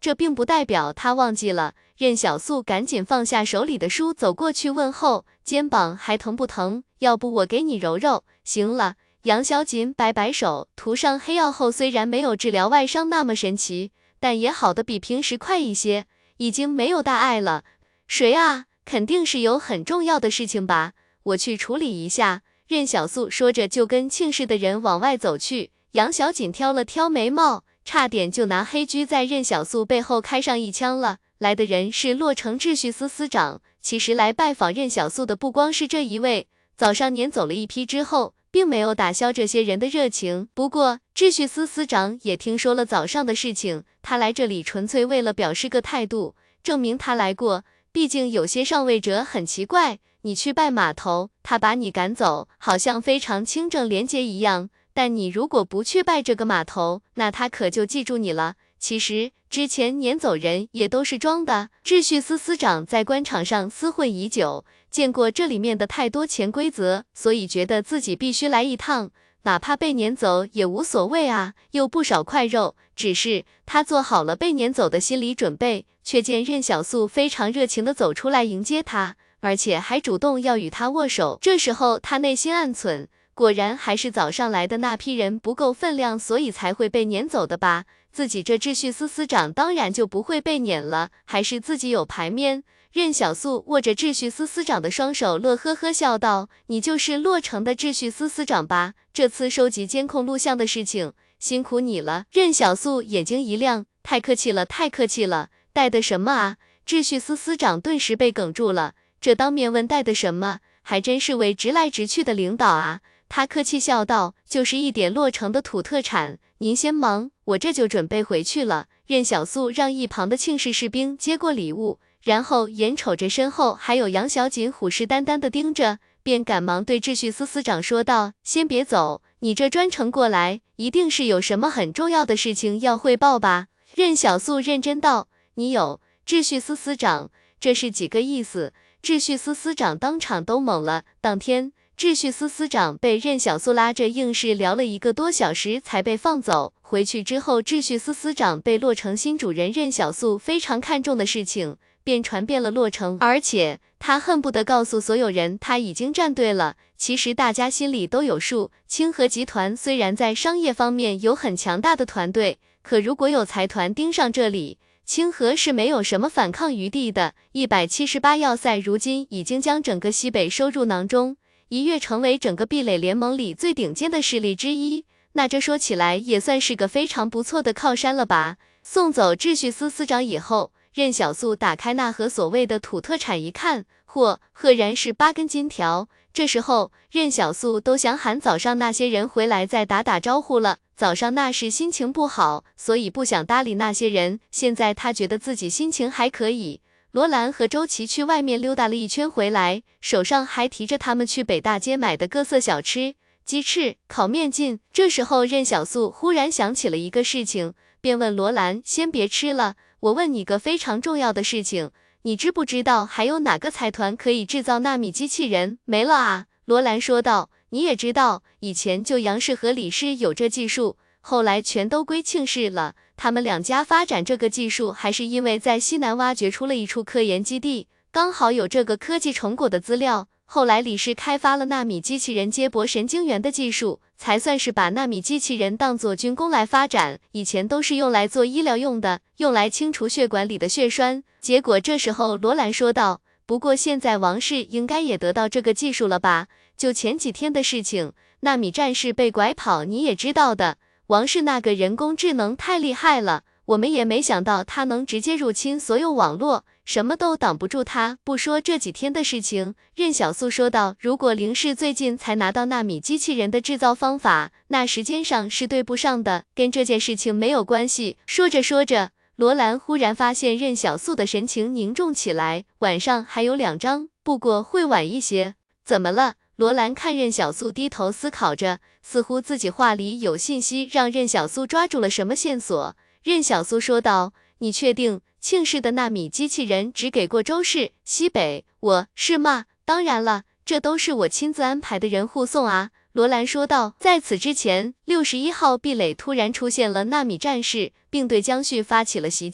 这并不代表他忘记了。任小素赶紧放下手里的书，走过去问候，肩膀还疼不疼？要不我给你揉揉。行了。杨小锦摆摆手，涂上黑药后虽然没有治疗外伤那么神奇，但也好得比平时快一些，已经没有大碍了。谁啊？肯定是有很重要的事情吧？我去处理一下。任小素说着就跟庆氏的人往外走去。杨小锦挑了挑眉毛，差点就拿黑狙在任小素背后开上一枪了。来的人是洛城秩序司司长，其实来拜访任小素的不光是这一位，早上撵走了一批之后，并没有打消这些人的热情。不过秩序司司长也听说了早上的事情，他来这里纯粹为了表示个态度，证明他来过。毕竟有些上位者很奇怪，你去拜码头，他把你赶走，好像非常清正廉洁一样，但你如果不去拜这个码头，那他可就记住你了。其实之前撵走人也都是装的。秩序司司长在官场上厮混已久，见过这里面的太多潜规则，所以觉得自己必须来一趟，哪怕被撵走也无所谓啊，又不少块肉。只是他做好了被撵走的心理准备，却见任小素非常热情地走出来迎接他，而且还主动要与他握手。这时候他内心暗忖，果然还是早上来的那批人不够分量，所以才会被撵走的吧。自己这秩序司司长当然就不会被撵了，还是自己有排面。任小素握着秩序司司长的双手，乐呵呵笑道：“你就是洛城的秩序司司长吧？这次收集监控录像的事情，辛苦你了。”任小素眼睛一亮：“太客气了，太客气了。带的什么啊？”秩序司司长顿时被哽住了，这当面问带的什么，还真是位直来直去的领导啊。他客气笑道：“就是一点洛城的土特产，您先忙，我这就准备回去了。”任小素让一旁的庆氏士兵接过礼物，然后眼瞅着身后还有杨小锦虎视眈眈地盯着，便赶忙对秩序司司长说道：“先别走，你这专程过来，一定是有什么很重要的事情要汇报吧？”任小素认真道：“你有？”秩序司司长，这是几个意思？秩序司司长当场都懵了。当天秩序司司长被任小素拉着硬是聊了1个多小时才被放走。回去之后，秩序司司长被洛城新主人任小素非常看重的事情便传遍了洛城，而且他恨不得告诉所有人他已经站队了。其实大家心里都有数，清河集团虽然在商业方面有很强大的团队，可如果有财团盯上这里，清河是没有什么反抗余地的。178要塞如今已经将整个西北收入囊中，一跃成为整个壁垒联盟里最顶尖的势力之一，那这说起来也算是个非常不错的靠山了吧。送走秩序司司长以后，任小素打开那盒所谓的土特产一看，嚯，赫然是8根金条。这时候任小素都想喊早上那些人回来再打招呼了，早上那是心情不好，所以不想搭理那些人，现在他觉得自己心情还可以。罗兰和周琦去外面溜达了一圈回来，手上还提着他们去北大街买的各色小吃，鸡翅、烤面筋。这时候任小素忽然想起了一个事情，便问罗兰：“先别吃了，我问你个非常重要的事情，你知不知道还有哪个财团可以制造纳米机器人？”“没了啊。”罗兰说道。“你也知道，以前就杨氏和李氏有这技术，后来全都归庆氏了。他们2家发展这个技术，还是因为在西南挖掘出了一处科研基地，刚好有这个科技成果的资料。后来李氏开发了纳米机器人接驳神经元的技术，才算是把纳米机器人当作军工来发展，以前都是用来做医疗用的，用来清除血管里的血栓。”结果这时候罗兰说道：“不过现在王氏应该也得到这个技术了吧？就前几天的事情，纳米战士被拐跑，你也知道的。王氏那个人工智能太厉害了，我们也没想到他能直接入侵所有网络，什么都挡不住他。不说这几天的事情。”任小素说道：“如果凌氏最近才拿到纳米机器人的制造方法，那时间上是对不上的，跟这件事情没有关系。”说着说着，罗兰忽然发现任小素的神情凝重起来。“晚上还有2张，不过会晚一些。”“怎么了？”罗兰看任小素低头思考着，似乎自己话里有信息，让任小素抓住了什么线索。任小素说道：“你确定庆氏的纳米机器人只给过周氏、西北？是吗？当然了，这都是我亲自安排的人护送啊。”罗兰说道。在此之前，61号壁垒突然出现了纳米战士，并对江旭发起了袭击。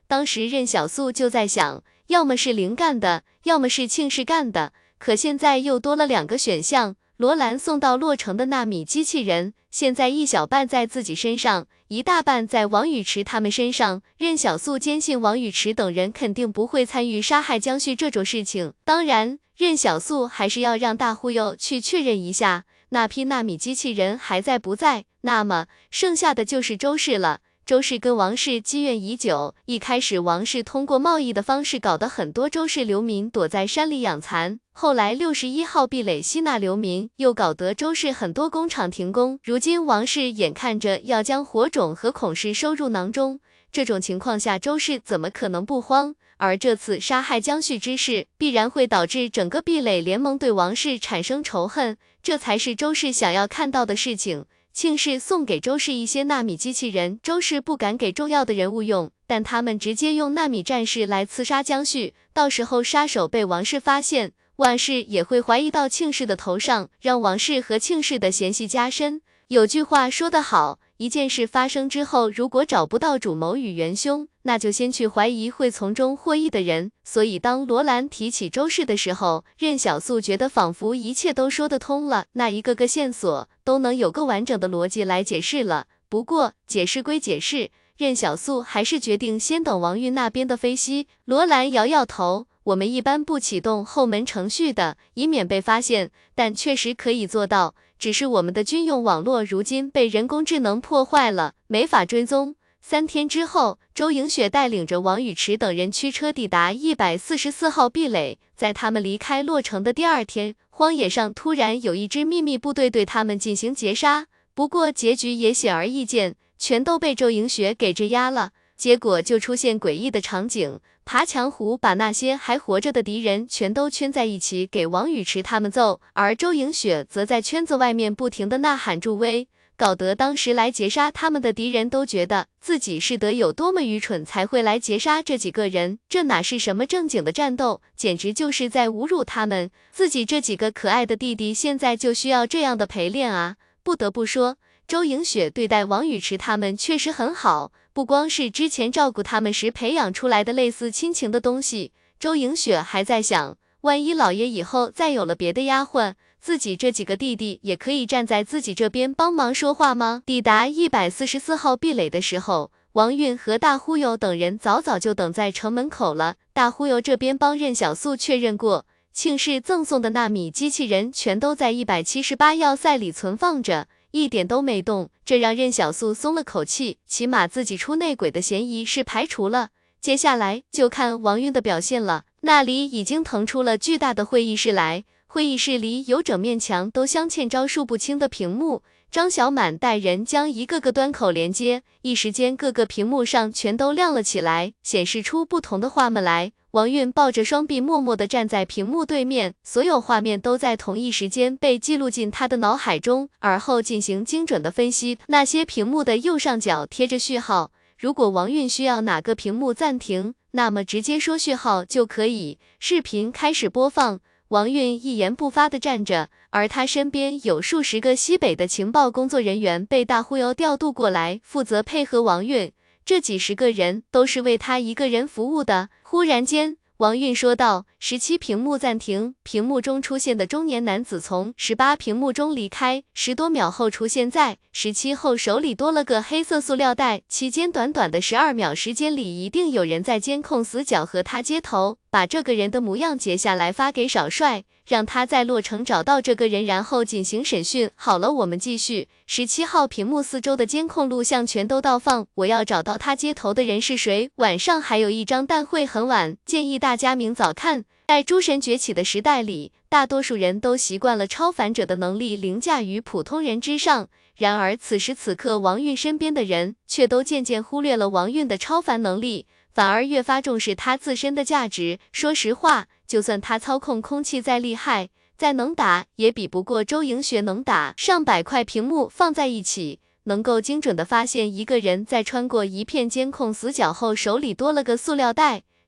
当时任小素就在想，要么是林干的，要么是庆氏干的，可现在又多了2个选项。罗兰送到洛城的纳米机器人，现在一小半在自己身上，一大半在王宇驰他们身上。任小素坚信王宇驰等人肯定不会参与杀害江旭这种事情。当然，任小素还是要让大忽悠去确认一下，那批纳米机器人还在不在。那么剩下的就是周氏了。周氏跟王氏积怨已久，一开始王氏通过贸易的方式搞得很多周氏流民躲在山里养蚕，后来61号壁垒吸纳流民，又搞得周氏很多工厂停工，如今王氏眼看着要将火种和孔氏收入囊中，这种情况下周氏怎么可能不慌？而这次杀害江旭之事，必然会导致整个壁垒联盟对王氏产生仇恨，这才是周氏想要看到的事情。庆氏送给周氏一些纳米机器人，周氏不敢给重要的人物用，但他们直接用纳米战士来刺杀江旭，到时候杀手被王氏发现，万氏也会怀疑到庆氏的头上，让王氏和庆氏的嫌隙加深。有句话说得好，一件事发生之后，如果找不到主谋与元凶，那就先去怀疑会从中获益的人。所以当罗兰提起周氏的时候，任小素觉得仿佛一切都说得通了，那一个个线索都能有个完整的逻辑来解释了。不过解释归解释，任小素还是决定先等王运那边的分析。罗兰摇摇头，我们一般不启动后门程序的，以免被发现，但确实可以做到。只是我们的军用网络如今被人工智能破坏了，没法追踪。3天之后，周莹雪带领着王宇驰等人驱车抵达144号壁垒。在他们离开洛城的第2天，荒野上突然有一支秘密部队对他们进行截杀。不过结局也显而易见，全都被周莹雪给镇压了。结果就出现诡异的场景，爬墙虎把那些还活着的敌人全都圈在一起给王宇驰他们揍，而周莹雪则在圈子外面不停地呐喊助威，搞得当时来截杀他们的敌人都觉得自己是得有多么愚蠢才会来截杀这几个人，这哪是什么正经的战斗，简直就是在侮辱他们，自己这几个可爱的弟弟现在就需要这样的陪练啊。不得不说，周莹雪对待王宇驰他们确实很好，不光是之前照顾他们时培养出来的类似亲情的东西，周莹雪还在想，万一老爷以后再有了别的丫鬟，自己这几个弟弟也可以站在自己这边帮忙说话吗？抵达144号壁垒的时候，王运和大忽悠等人早早就等在城门口了。大忽悠这边帮任小素确认过，庆氏赠送的纳米机器人全都在178要塞里存放着，一点都没动，这让任小素松了口气，起码自己出内鬼的嫌疑是排除了。接下来就看王运的表现了，那里已经腾出了巨大的会议室来，会议室里有整面墙都镶嵌着数不清的屏幕，张小满带人将一个个端口连接，一时间各个屏幕上全都亮了起来，显示出不同的画面来。王运抱着双臂默默地站在屏幕对面，所有画面都在同一时间被记录进他的脑海中，而后进行精准的分析。那些屏幕的右上角贴着序号，如果王运需要哪个屏幕暂停，那么直接说序号就可以。视频开始播放，王运一言不发地站着，而他身边有数十个西北的情报工作人员被大忽悠调度过来，负责配合王运。这几十个人都是为他一个人服务的。忽然间，王运说道：“17屏幕暂停。”屏幕中出现的中年男子从18屏幕中离开，10多秒后出现在17后，手里多了个黑色塑料袋。期间短短的12秒时间里，一定有人在监控死角和他接头，把这个人的模样截下来发给少帅，让他在洛城找到这个人，然后进行审讯。好了，我们继续。17号屏幕四周的监控录像全都倒放，我要找到他接头的人是谁。晚上还有一张，但会很晚，建议大家明早看。在诸神崛起的时代里，大多数人都习惯了超凡者的能力凌驾于普通人之上，然而此时此刻，王运身边的人却都渐渐忽略了王运的超凡能力，反而越发重视他自身的价值。说实话，就算他操控空气再厉害，再能打，也比不过周莹雪能打。上百块屏幕放在一起，能够精准地发现一个人在穿过一片监控死角后，手里多了个塑料袋。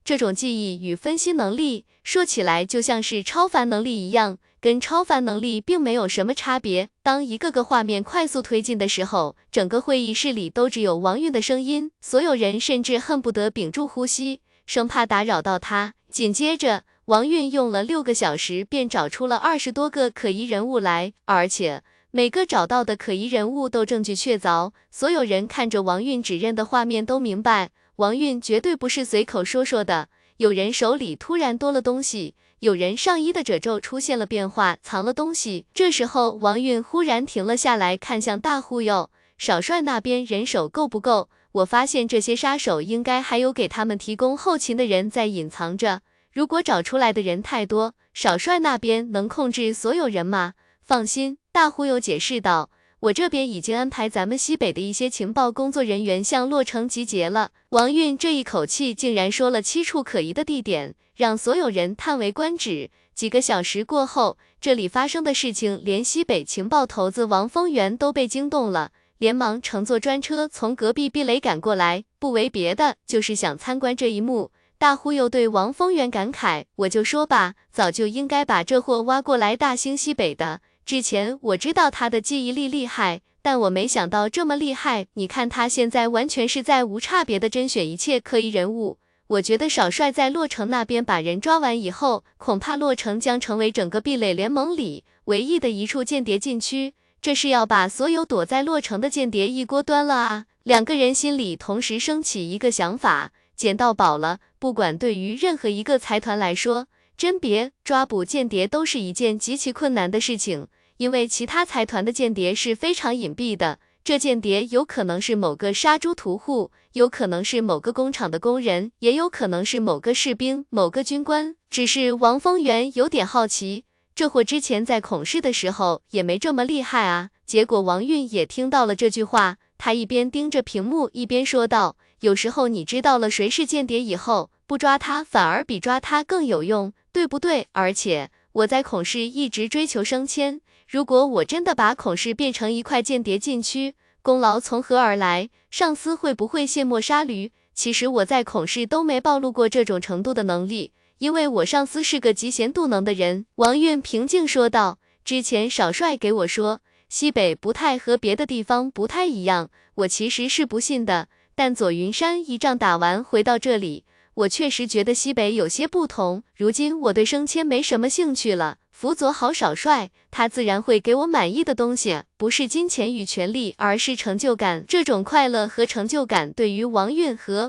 这种记忆与分析能力，说起来就像是超凡能力一样，跟超凡能力并没有什么差别。当一个个画面快速推进的时候，整个会议室里都只有王韵的声音，所有人甚至恨不得屏住呼吸，生怕打扰到他。紧接着，王韵用了6个小时便找出了20多个可疑人物来，而且每个找到的可疑人物都证据确凿，所有人看着王韵指认的画面都明白，王韵绝对不是随口说说的。有人手里突然多了东西，有人上衣的褶皱出现了变化，藏了东西。这时候，王韵忽然停了下来，看向大忽悠，少帅那边人手够不够？我发现这些杀手应该还有给他们提供后勤的人在隐藏着。如果找出来的人太多，少帅那边能控制所有人吗？放心，大忽悠解释道，我这边已经安排咱们西北的一些情报工作人员向洛城集结了。王韵这一口气竟然说了7处可疑的地点，让所有人叹为观止。几个小时过后，这里发生的事情连西北情报头子王丰源都被惊动了，连忙乘坐专车从隔壁避雷赶过来，不为别的，就是想参观这一幕。大忽悠对王丰源感慨，我就说吧，早就应该把这货挖过来大兴西北的。之前我知道他的记忆力厉害，但我没想到这么厉害。你看他现在完全是在无差别的甄选一切可疑人物。我觉得少帅在洛城那边把人抓完以后，恐怕洛城将成为整个壁垒联盟里唯一的一处间谍禁区。这是要把所有躲在洛城的间谍一锅端了啊！两个人心里同时升起一个想法，捡到宝了。不管对于任何一个财团来说，甄别、抓捕间谍都是一件极其困难的事情，因为其他财团的间谍是非常隐蔽的。这间谍有可能是某个杀猪屠户，有可能是某个工厂的工人，也有可能是某个士兵、某个军官。只是王丰源有点好奇，这货之前在孔氏的时候也没这么厉害啊。结果王韵也听到了这句话，他一边盯着屏幕一边说道，有时候你知道了谁是间谍以后，不抓他反而比抓他更有用，对不对？而且我在孔氏一直追求升迁，如果我真的把孔氏变成一块间谍禁区，功劳从何而来？上司会不会卸磨杀驴？其实我在孔氏都没暴露过这种程度的能力，因为我上司是个嫉贤妒能的人。王韵平静说道，之前少帅给我说，西北不太和别的地方不太一样，我其实是不信的，但左云山一仗打完回到这里，我确实觉得西北有些不同。如今我对升迁没什么兴趣了，辅佐好少帅，他自然会给我满意的东西，不是金钱与权力，而是成就感。这种快乐和成就感对于王韵和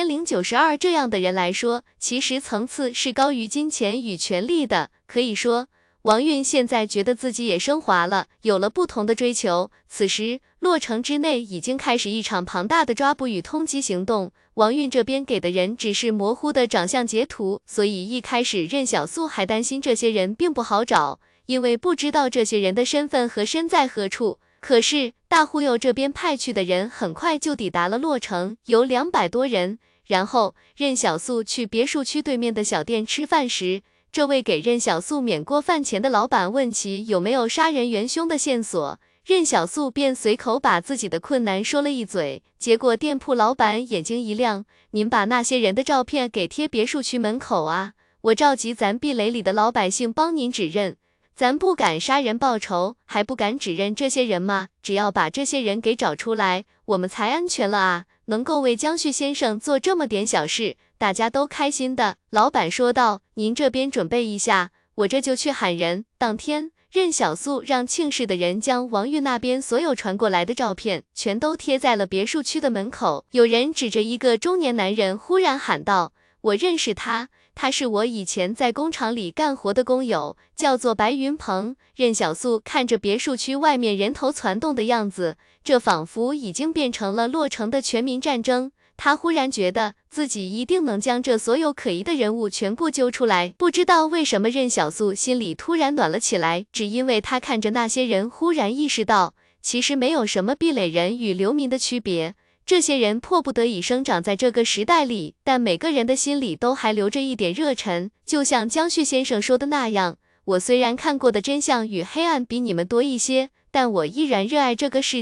5092这样的人来说，其实层次是高于金钱与权力的。可以说，王韵现在觉得自己也升华了，有了不同的追求。此时，洛城之内已经开始一场庞大的抓捕与通缉行动。王韵这边给的人只是模糊的长相截图，所以一开始任小素还担心这些人并不好找，因为不知道这些人的身份和身在何处。可是大忽悠这边派去的人很快就抵达了洛城，有200多人。然后任小素去别墅区对面的小店吃饭时，这位给任小素免过饭钱的老板问其有没有杀人元凶的线索，任小素便随口把自己的困难说了一嘴，结果店铺老板眼睛一亮，您把那些人的照片给贴别墅区门口啊，我召集咱壁垒里的老百姓帮您指认，咱不敢杀人报仇，还不敢指认这些人吗？只要把这些人给找出来，我们才安全了啊，能够为江旭先生做这么点小事，大家都开心的。老板说道，您这边准备一下，我这就去喊人。当天，任小素让庆氏的人将王玉那边所有传过来的照片全都贴在了别墅区的门口。有人指着一个中年男人忽然喊道，我认识他，他是我以前在工厂里干活的工友，叫做白云鹏。任小素看着别墅区外面人头攒动的样子，这仿佛已经变成了洛城的全民战争。他忽然觉得自己一定能将这所有可疑的人物全部揪出来。不知道为什么任小素心里突然暖了起来，只因为他看着那些人忽然意识到，其实没有什么壁垒人与流民的区别。这些人迫不得已生长在这个时代里，但每个人的心里都还留着一点热忱。就像江旭先生说的那样，我虽然看过的真相与黑暗比你们多一些，但我依然热爱这个世界。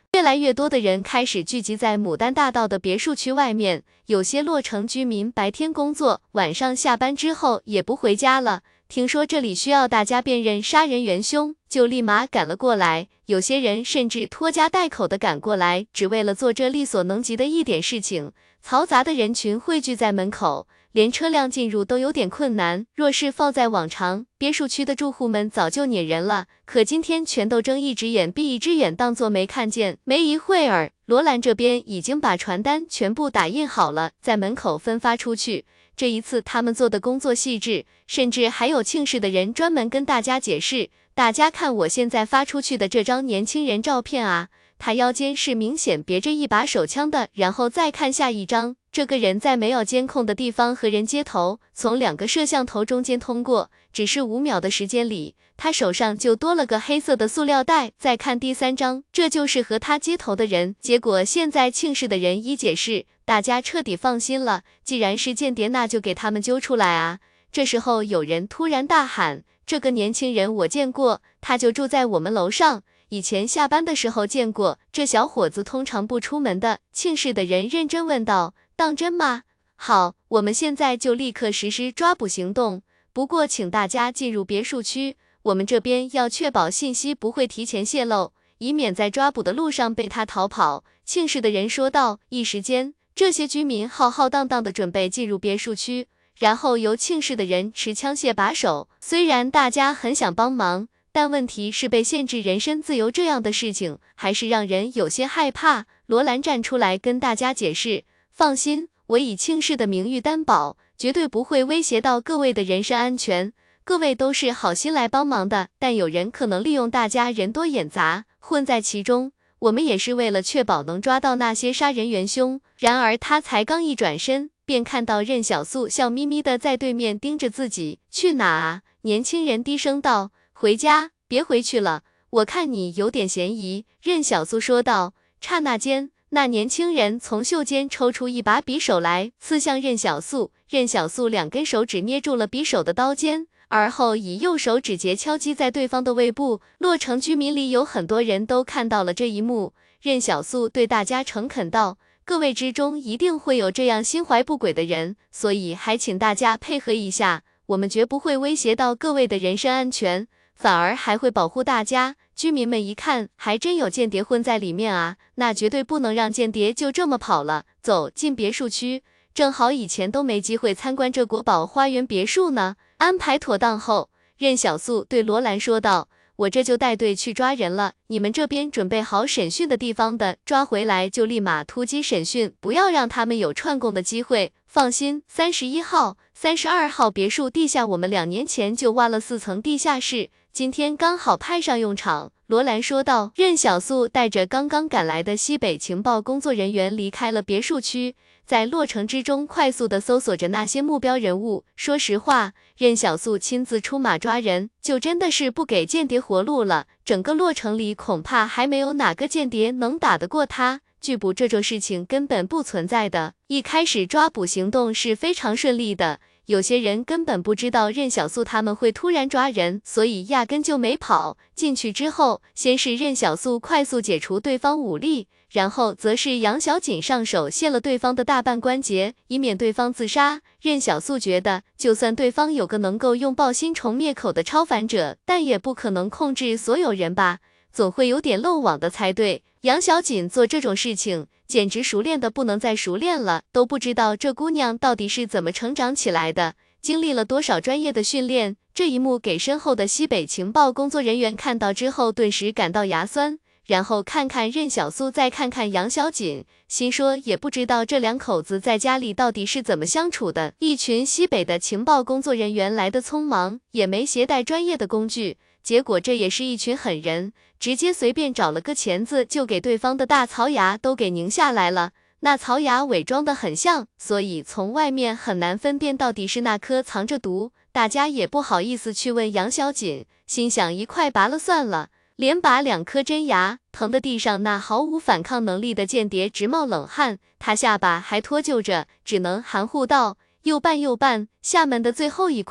越来越多的人开始聚集在牡丹大道的别墅区外面，有些洛城居民白天工作，晚上下班之后也不回家了。听说这里需要大家辨认杀人元凶，就立马赶了过来。有些人甚至拖家带口的赶过来，只为了做这力所能及的一点事情。嘈杂的人群汇聚在门口，连车辆进入都有点困难。若是放在往常，别墅区的住户们早就撵人了，可今天全都睁一只眼闭一只眼，当作没看见。没一会儿，罗兰这边已经把传单全部打印好了，在门口分发出去。这一次他们做的工作细致，甚至还有庆氏的人专门跟大家解释，大家看我现在发出去的这张年轻人照片啊，他腰间是明显别着一把手枪的，然后再看下一张，这个人在没有监控的地方和人接头，从2个摄像头中间通过，只是5秒的时间里，他手上就多了个黑色的塑料袋。再看第3张，这就是和他接头的人。结果现在庆氏的人一解释，大家彻底放心了，既然是间谍，那就给他们揪出来啊。这时候有人突然大喊，这个年轻人我见过，他就住在我们楼上，以前下班的时候见过，这小伙子通常不出门的。庆氏的人认真问道，当真吗？好，我们现在就立刻实施抓捕行动，不过请大家进入别墅区，我们这边要确保信息不会提前泄露，以免在抓捕的路上被他逃跑。庆氏的人说道。一时间，这些居民浩浩荡荡地准备进入别墅区，然后由庆氏的人持枪械把守。虽然大家很想帮忙，但问题是被限制人身自由这样的事情，还是让人有些害怕。罗兰站出来跟大家解释，放心，我以庆氏的名誉担保，绝对不会威胁到各位的人身安全。各位都是好心来帮忙的，但有人可能利用大家人多眼杂，混在其中。我们也是为了确保能抓到那些杀人元凶。然而他才刚一转身，便看到任小素笑眯眯的在对面盯着自己。去哪啊？年轻人低声道，回家，别回去了，我看你有点嫌疑。任小素说道。刹那间，那年轻人从袖间抽出一把匕首来，刺向任小素。任小素2根手指捏住了匕首的刀尖，而后以右手指节敲击在对方的胃部。洛城居民里有很多人都看到了这一幕。任小素对大家诚恳道，各位之中一定会有这样心怀不轨的人，所以还请大家配合一下，我们绝不会威胁到各位的人身安全，反而还会保护大家。居民们一看，还真有间谍混在里面啊，那绝对不能让间谍就这么跑了。走进别墅区，正好以前都没机会参观这国宝花园别墅呢。安排妥当后，任小素对罗兰说道，我这就带队去抓人了，你们这边准备好审讯的地方的，抓回来就立马突击审讯，不要让他们有串供的机会。放心，31号、32号别墅地下我们2年前就挖了4层地下室，今天刚好派上用场。罗兰说道。任小素带着刚刚赶来的西北情报工作人员离开了别墅区，在洛城之中快速地搜索着那些目标人物。说实话，任小素亲自出马抓人，就真的是不给间谍活路了。整个洛城里恐怕还没有哪个间谍能打得过他。拒捕这种事情根本不存在的。一开始抓捕行动是非常顺利的，有些人根本不知道任小素他们会突然抓人，所以压根就没跑。进去之后，先是任小素快速解除对方武力，然后则是杨小锦上手卸了对方的大半关节，以免对方自杀。任小素觉得，就算对方有个能够用爆心虫灭口的超凡者，但也不可能控制所有人吧，总会有点漏网的才对。杨小锦做这种事情简直熟练的不能再熟练了，都不知道这姑娘到底是怎么成长起来的，经历了多少专业的训练。这一幕给身后的西北情报工作人员看到之后顿时感到牙酸，然后看看任小素，再看看杨小锦，心说也不知道这2口子在家里到底是怎么相处的。一群西北的情报工作人员来得匆忙，也没携带专业的工具，结果这也是一群狠人，直接随便找了个钳子就给对方的大槽牙都给拧下来了。那槽牙伪装得很像，所以从外面很难分辨到底是那颗藏着毒。大家也不好意思去问杨小锦，心想一块拔了算了，连拔2颗真牙，疼得地上那毫无反抗能力的间谍直冒冷汗，他下巴还脱臼着，只能含糊道，又办。厦门的最后一课，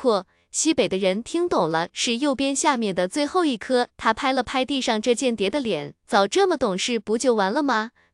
西北的人听懂了，是右边下面的最后一颗。他拍了拍地上这间谍的脸，早这么懂事不就完了吗？